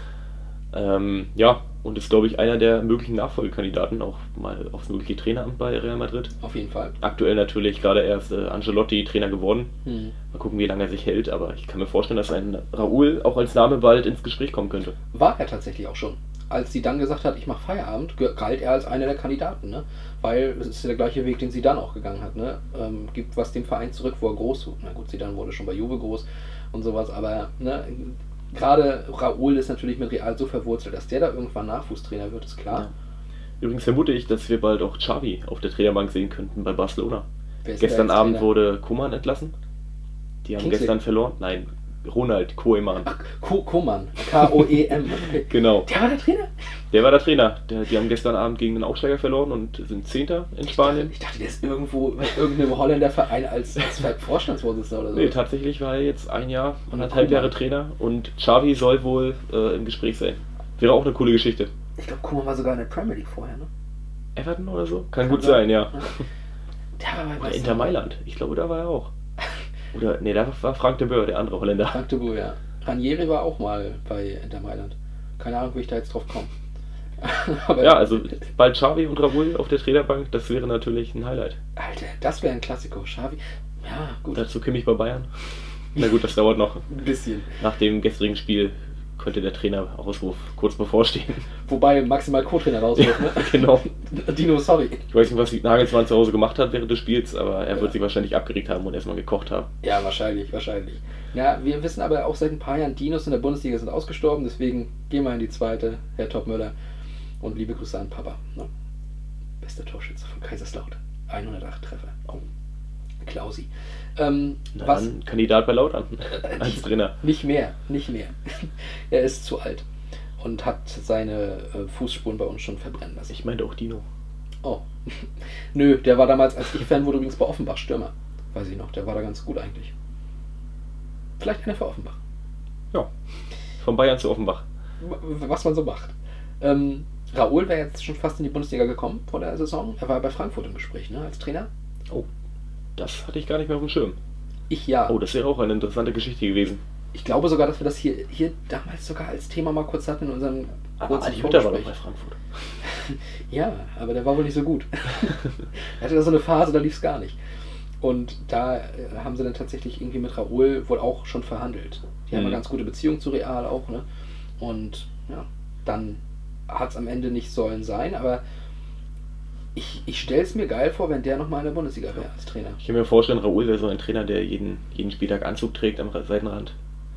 Speaker 4: Und ist, glaube ich, einer der möglichen Nachfolgekandidaten auch mal aufs mögliche Traineramt bei Real Madrid.
Speaker 3: Auf jeden Fall.
Speaker 4: Aktuell natürlich gerade erst Ancelotti Trainer geworden. Mal gucken, wie lange er sich hält, aber ich kann mir vorstellen, dass ein Raúl auch als Name bald ins Gespräch kommen könnte.
Speaker 3: War er tatsächlich auch schon. Als sie dann gesagt hat, ich mache Feierabend, galt er als einer der Kandidaten, ne? Weil es ist ja der gleiche Weg, den Zidane auch gegangen hat, ne? Gibt was dem Verein zurück, wo er groß wurde. Na gut, Zidane wurde schon bei Juve groß und sowas, aber ne, gerade Raúl ist natürlich mit Real so verwurzelt, dass der da irgendwann Nachwuchstrainer wird, ist klar. Ja.
Speaker 4: Übrigens vermute ich, dass wir bald auch Xavi auf der Trainerbank sehen könnten bei Barcelona. Gestern Abend wurde Koeman entlassen. Die haben gestern verloren. Nein, Ronald Koeman.
Speaker 3: Ach, Koeman. K-O-E-M. Okay.
Speaker 4: Genau.
Speaker 3: Der war der Trainer?
Speaker 4: Der war der Trainer. Die haben gestern Abend gegen den Aufsteiger verloren und sind 10. in Spanien.
Speaker 3: Ich dachte, der ist irgendwo bei irgendeinem Holländer-Verein als Vorstandsvorsitzender oder so.
Speaker 4: Nee, tatsächlich war er jetzt 1 Jahr, 1,5 Jahre Trainer und Xavi soll wohl im Gespräch sein. Wäre auch eine coole Geschichte.
Speaker 3: Ich glaube, Koeman war sogar in der Premier League vorher, ne?
Speaker 4: Everton oder so? Kann gut sein, ja.
Speaker 3: Der war
Speaker 4: Oder Inter Mailand. Ich glaube, da war er auch. Oder, nee, da war Frank de Boer, der andere Holländer.
Speaker 3: Frank de Boer, ja. Ranieri war auch mal bei Inter Mailand. Keine Ahnung, wie ich da jetzt drauf komme.
Speaker 4: Ja, also bald Xavi und Raúl auf der Trainerbank, das wäre natürlich ein Highlight.
Speaker 3: Alter, das wäre ein Klassiko. Xavi, ja, gut.
Speaker 4: Dazu Kimmich bei Bayern. Na gut, das dauert noch.
Speaker 3: Ein bisschen.
Speaker 4: Nach dem gestrigen Spiel könnte der Trainerausruf kurz bevorstehen.
Speaker 3: Wobei maximal Co-Trainer rauswirft, ne?
Speaker 4: Genau.
Speaker 3: Dino, sorry.
Speaker 4: Ich weiß nicht, was Nagelsmann zu Hause gemacht hat während des Spiels, aber er wird sich wahrscheinlich abgeregt haben und erstmal gekocht haben.
Speaker 3: Ja, wahrscheinlich. Ja, wir wissen aber auch seit ein paar Jahren, Dinos in der Bundesliga sind ausgestorben, deswegen gehen wir in die zweite, Herr Topmöller. Und liebe Grüße an Papa. Ne? Bester Torschütze von Kaiserslautern. 108 Treffer. Oh. Klausi. Was?
Speaker 4: Ein Kandidat bei Lautern als Trainer.
Speaker 3: Nicht mehr. Er ist zu alt und hat seine Fußspuren bei uns schon verbrennen lassen.
Speaker 4: Ich meinte auch Dino.
Speaker 3: Oh. Nö, der war damals, als ich Fan wurde, übrigens bei Offenbach Stürmer. Weiß ich noch, der war da ganz gut eigentlich. Vielleicht einer für Offenbach.
Speaker 4: Ja, von Bayern zu Offenbach.
Speaker 3: Was man so macht. Raúl wäre jetzt schon fast in die Bundesliga gekommen vor der Saison. Er war bei Frankfurt im Gespräch, ne, als Trainer.
Speaker 4: Oh, das hatte ich gar nicht mehr auf dem Schirm.
Speaker 3: Ich ja.
Speaker 4: Oh, das wäre auch eine interessante Geschichte gewesen.
Speaker 3: Ich glaube sogar, dass wir das hier damals sogar als Thema mal kurz hatten in unserem kurzen
Speaker 4: Hütter war doch bei Frankfurt.
Speaker 3: Ja, aber der war wohl nicht so gut. Er hatte da so eine Phase, da lief es gar nicht. Und da haben sie dann tatsächlich irgendwie mit Raúl wohl auch schon verhandelt. Die haben eine ganz gute Beziehung zu Real auch, ne? Und ja, dann hat es am Ende nicht sollen sein, aber ich stelle es mir geil vor, wenn der nochmal in der Bundesliga wäre als Trainer.
Speaker 4: Ich kann mir vorstellen, Raúl wäre so ein Trainer, der jeden Spieltag Anzug trägt am Seitenrand.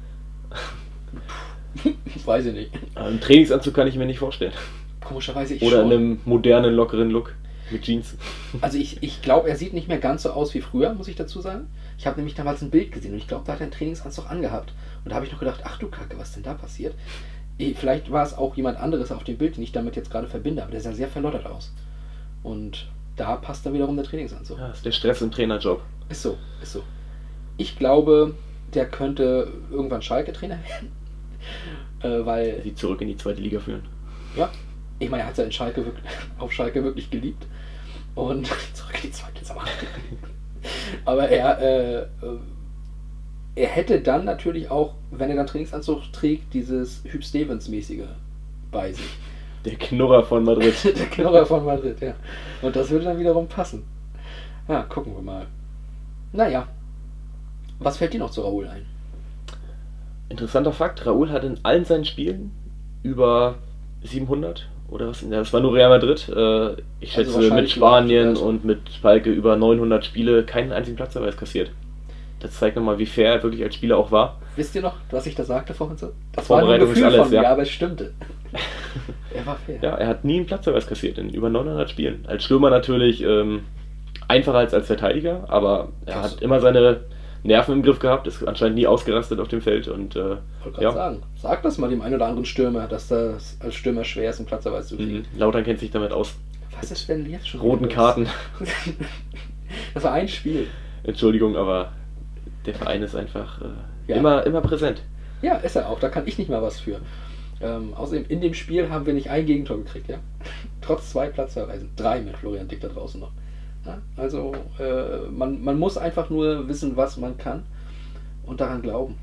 Speaker 3: Weiß ich nicht.
Speaker 4: Einen Trainingsanzug kann ich mir nicht vorstellen.
Speaker 3: Komischerweise
Speaker 4: Oder in einem modernen, lockeren Look mit Jeans.
Speaker 3: Also ich glaube, er sieht nicht mehr ganz so aus wie früher, muss ich dazu sagen. Ich habe nämlich damals ein Bild gesehen und ich glaube, da hat er einen Trainingsanzug angehabt. Und da habe ich noch gedacht, ach du Kacke, was denn da passiert? Vielleicht war es auch jemand anderes auf dem Bild, den ich damit jetzt gerade verbinde, aber der sah sehr verlottert aus. Und da passt dann wiederum der Trainingsanzug.
Speaker 4: Ja, das ist der Stress im Trainerjob.
Speaker 3: Ist so. Ich glaube, der könnte irgendwann Schalke-Trainer werden. Weil
Speaker 4: die zurück in die zweite Liga führen.
Speaker 3: Ja, ich meine, er hat es ja auf Schalke wirklich geliebt. Und zurück in die zweite Liga. Aber er hätte dann natürlich auch, wenn er dann Trainingsanzug trägt, dieses Hüb Stevens-mäßige bei sich.
Speaker 4: Der Knurrer von Madrid.
Speaker 3: Der Knurrer von Madrid, ja. Und das würde dann wiederum passen. Ja, gucken wir mal. Naja. Was fällt dir noch zu Raúl ein?
Speaker 4: Interessanter Fakt, Raúl hat in allen seinen Spielen über 700 oder was? Das war nur Real Madrid. Ich schätze also mit Spanien und mit Schalke über 900 Spiele keinen einzigen Platzverweis kassiert. Das zeigt nochmal, wie fair er wirklich als Spieler auch war.
Speaker 3: Wisst ihr noch, was ich da sagte vorhin so? Das
Speaker 4: war ein Gefühl
Speaker 3: alles,
Speaker 4: von mir,
Speaker 3: ja, aber es stimmte. Er war fair.
Speaker 4: Ja, er hat nie einen Platzverweis kassiert in über 900 Spielen. Als Stürmer natürlich einfacher als Verteidiger, aber er hat immer seine Nerven im Griff gehabt, ist anscheinend nie ausgerastet auf dem Feld. Und
Speaker 3: wollte gerade sagen, sag das mal dem einen oder anderen Stürmer, dass das als Stürmer schwer ist, einen Platzverweis zu kriegen.
Speaker 4: Lautern kennt sich damit aus.
Speaker 3: Was ist denn jetzt schon?
Speaker 4: Roten Karten.
Speaker 3: Das war ein Spiel.
Speaker 4: Entschuldigung, aber der Verein ist einfach immer präsent.
Speaker 3: Ja, ist er auch. Da kann ich nicht mal was für. Außerdem, in dem Spiel haben wir nicht ein Gegentor gekriegt, ja. Trotz 2 Platzverweisen. 3 mit Florian Dick da draußen noch. Ja? Also, man muss einfach nur wissen, was man kann und daran glauben.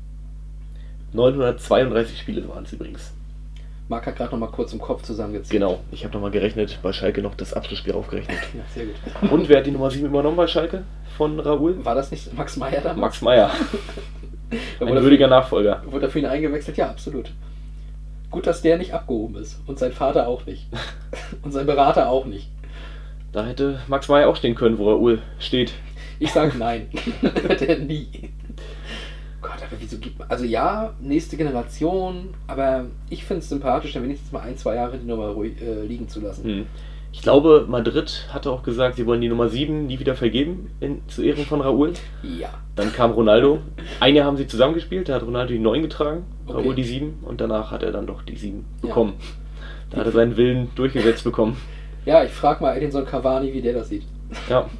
Speaker 4: 932 Spiele waren es übrigens.
Speaker 3: Marc hat gerade noch mal kurz im Kopf zusammengezählt.
Speaker 4: Genau, ich habe noch mal gerechnet, bei Schalke noch das Abschlussspiel aufgerechnet.
Speaker 3: Ja, sehr gut.
Speaker 4: Und wer hat die Nummer 7 übernommen bei Schalke von Raúl?
Speaker 3: War das nicht Max Meyer damals?
Speaker 4: Max Meyer. Ein würdiger Nachfolger.
Speaker 3: Wurde er für ihn eingewechselt? Ja, absolut. Gut, dass der nicht abgehoben ist. Und sein Vater auch nicht. Und sein Berater auch nicht.
Speaker 4: Da hätte Max Meyer auch stehen können, wo Raúl steht.
Speaker 3: Ich sage nein. Hätte er nie. Gott, aber wieso gibt man... Also ja, nächste Generation, aber ich finde es sympathisch, dann wenigstens mal 1-2 Jahre die Nummer ruhig liegen zu lassen.
Speaker 4: Ich glaube, Madrid hatte auch gesagt, sie wollen die Nummer 7 nie wieder vergeben, zu Ehren von Raúl.
Speaker 3: Ja.
Speaker 4: Dann kam Ronaldo. Ein Jahr haben sie zusammengespielt, da hat Ronaldo die 9 getragen,
Speaker 3: Okay.
Speaker 4: Raúl die 7 und danach hat er dann doch die 7 bekommen. Da hat er seinen Willen durchgesetzt bekommen.
Speaker 3: Ja, ich frage mal Edinson Cavani, wie der das sieht.
Speaker 4: Ja.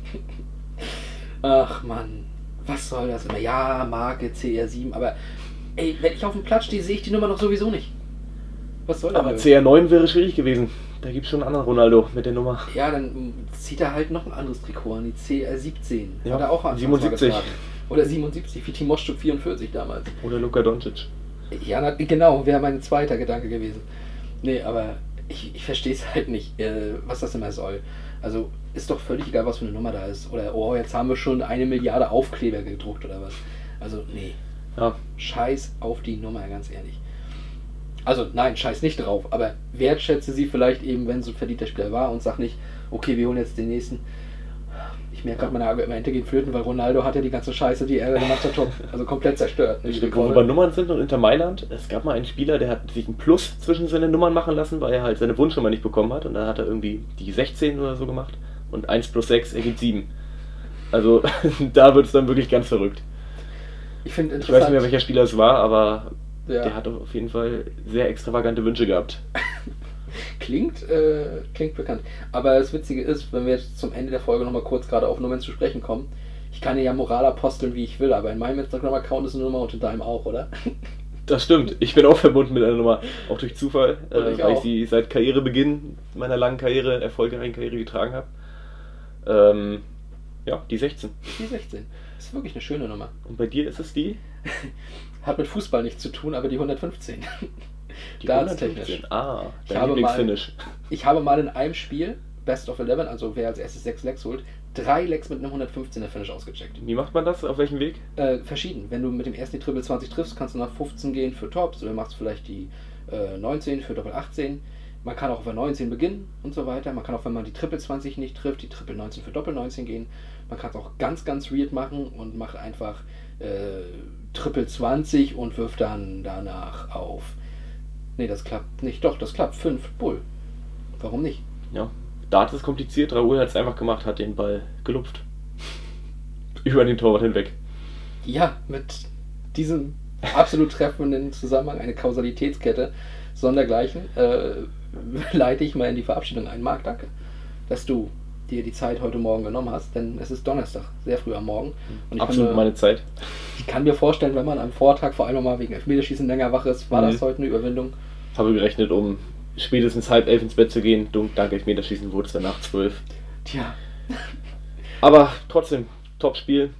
Speaker 3: Ach Mann, was soll das immer? Ja, Marke CR7, aber ey, wenn ich auf dem Platz stehe, sehe ich die Nummer noch sowieso nicht. Was soll das?
Speaker 4: Aber CR9 wäre schwierig gewesen. Da gibt es schon einen anderen Ronaldo mit der Nummer.
Speaker 3: Ja, dann zieht er halt noch ein anderes Trikot an, die CR17.
Speaker 4: Ja,
Speaker 3: Hat er auch anfangs
Speaker 4: 77.
Speaker 3: mal getragen. Oder 77, wie Timoschuk 44 damals.
Speaker 4: Oder Luka Doncic.
Speaker 3: Ja, genau, wäre mein zweiter Gedanke gewesen. Nee, aber ich verstehe es halt nicht, was das immer soll. Also ist doch völlig egal, was für eine Nummer da ist. Oder, oh, jetzt haben wir schon 1 Milliarde Aufkleber gedruckt oder was. Also, nee.
Speaker 4: Ja.
Speaker 3: Scheiß auf die Nummer, ganz ehrlich. Also, nein, scheiß nicht drauf. Aber wertschätze sie vielleicht eben, wenn so ein verdienter Spieler war und sag nicht, okay, wir holen jetzt den nächsten. Ich merke gerade, meine Argumente gehen flöten, weil Ronaldo hat ja die ganze Scheiße, die er gemacht hat, also komplett zerstört.
Speaker 4: Wo wir bei Nummern sind und Inter Mailand, es gab mal einen Spieler, der hat sich ein Plus zwischen seine Nummern machen lassen, weil er halt seine Wunschnummer nicht bekommen hat und dann hat er irgendwie die 16 oder so gemacht und 1 plus 6 ergibt 7. Also da wird es dann wirklich ganz verrückt.
Speaker 3: Ich weiß nicht
Speaker 4: mehr, welcher Spieler es war, aber
Speaker 3: ja.
Speaker 4: Der hat auf jeden Fall sehr extravagante Wünsche gehabt.
Speaker 3: Klingt bekannt. Aber das Witzige ist, wenn wir jetzt zum Ende der Folge nochmal kurz gerade auf Nummern zu sprechen kommen, ich kann ja Moral aposteln, wie ich will, aber in meinem Instagram-Account ist eine Nummer und in deinem auch, oder?
Speaker 4: Das stimmt. Ich bin auch verbunden mit einer Nummer, auch durch Zufall, weil
Speaker 3: auch.
Speaker 4: ich sie seit Karrierebeginn meiner langen Karriere, erfolgreichen Karriere getragen habe. Ja, die 16.
Speaker 3: Die 16. Das ist wirklich eine schöne Nummer.
Speaker 4: Und bei dir ist es die?
Speaker 3: Hat mit Fußball nichts zu tun, aber die 115.
Speaker 4: Die 115. Dein Lieblingsfinish.
Speaker 3: Ich habe mal in einem Spiel, Best of 11, also wer als erstes 6 Lecks holt, 3 Lecks mit einem 115er Finish ausgecheckt.
Speaker 4: Wie macht man das? Auf welchem Weg?
Speaker 3: Verschieden. Wenn du mit dem ersten die Triple 20 triffst, kannst du nach 15 gehen für Tops oder machst vielleicht die 19 für Doppel 18. Man kann auch auf der 19 beginnen und so weiter. Man kann auch, wenn man die Triple 20 nicht trifft, die Triple 19 für Doppel 19 gehen. Man kann es auch ganz, ganz weird machen und macht einfach Triple 20 und wirft dann danach auf. Nee, das klappt nicht. Doch, das klappt. 5 Bull. Warum nicht?
Speaker 4: Ja, Dart ist kompliziert. Raúl hat es einfach gemacht, hat den Ball gelupft. Über den Torwart hinweg.
Speaker 3: Ja, mit diesem absolut treffenden Zusammenhang, eine Kausalitätskette, sondergleichen, leite ich mal in die Verabschiedung ein. Marc, danke, dass du dir die Zeit heute Morgen genommen hast, denn es ist Donnerstag, sehr früh am Morgen. Und
Speaker 4: absolut meine Zeit.
Speaker 3: Ich kann mir vorstellen, wenn man am Vortag vor allem mal wegen Elfmeterschießen länger wach ist, war das heute eine Überwindung.
Speaker 4: Habe gerechnet, um spätestens 10:30 ins Bett zu gehen. Dank Elfmeterschießen wurde es dann nach 12.
Speaker 3: Tja.
Speaker 4: Aber trotzdem, Top-Spiel.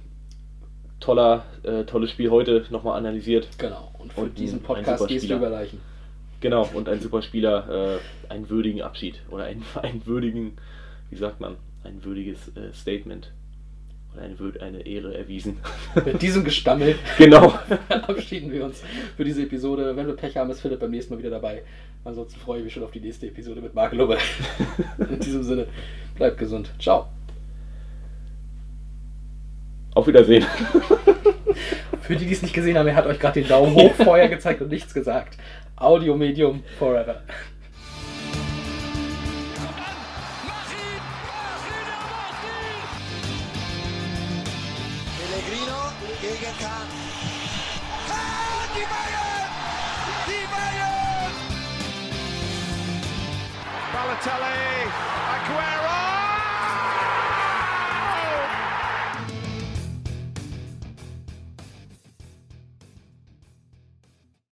Speaker 4: Tolles Spiel heute nochmal analysiert.
Speaker 3: Genau, und für diesen Podcast gehst du über Leichen.
Speaker 4: Genau, und ein super Spieler, einen würdigen Abschied. Oder einen würdigen, wie sagt man, ein würdiges Statement. Oder eine Ehre erwiesen.
Speaker 3: Mit diesem Gestammel
Speaker 4: genau.
Speaker 3: verabschieden wir uns für diese Episode. Wenn wir Pech haben, ist Philipp beim nächsten Mal wieder dabei. Ansonsten freue ich mich schon auf die nächste Episode mit Marc Lubbe. In diesem Sinne, bleibt gesund. Ciao.
Speaker 4: Auf Wiedersehen.
Speaker 3: Für die, die es nicht gesehen haben, er hat euch gerade den Daumen hoch vorher gezeigt und nichts gesagt. Audio-Medium forever.
Speaker 8: Pellegrino gegen Kahn. Kahn, die Bayern! Die Bayern! Balotelli, Aguero!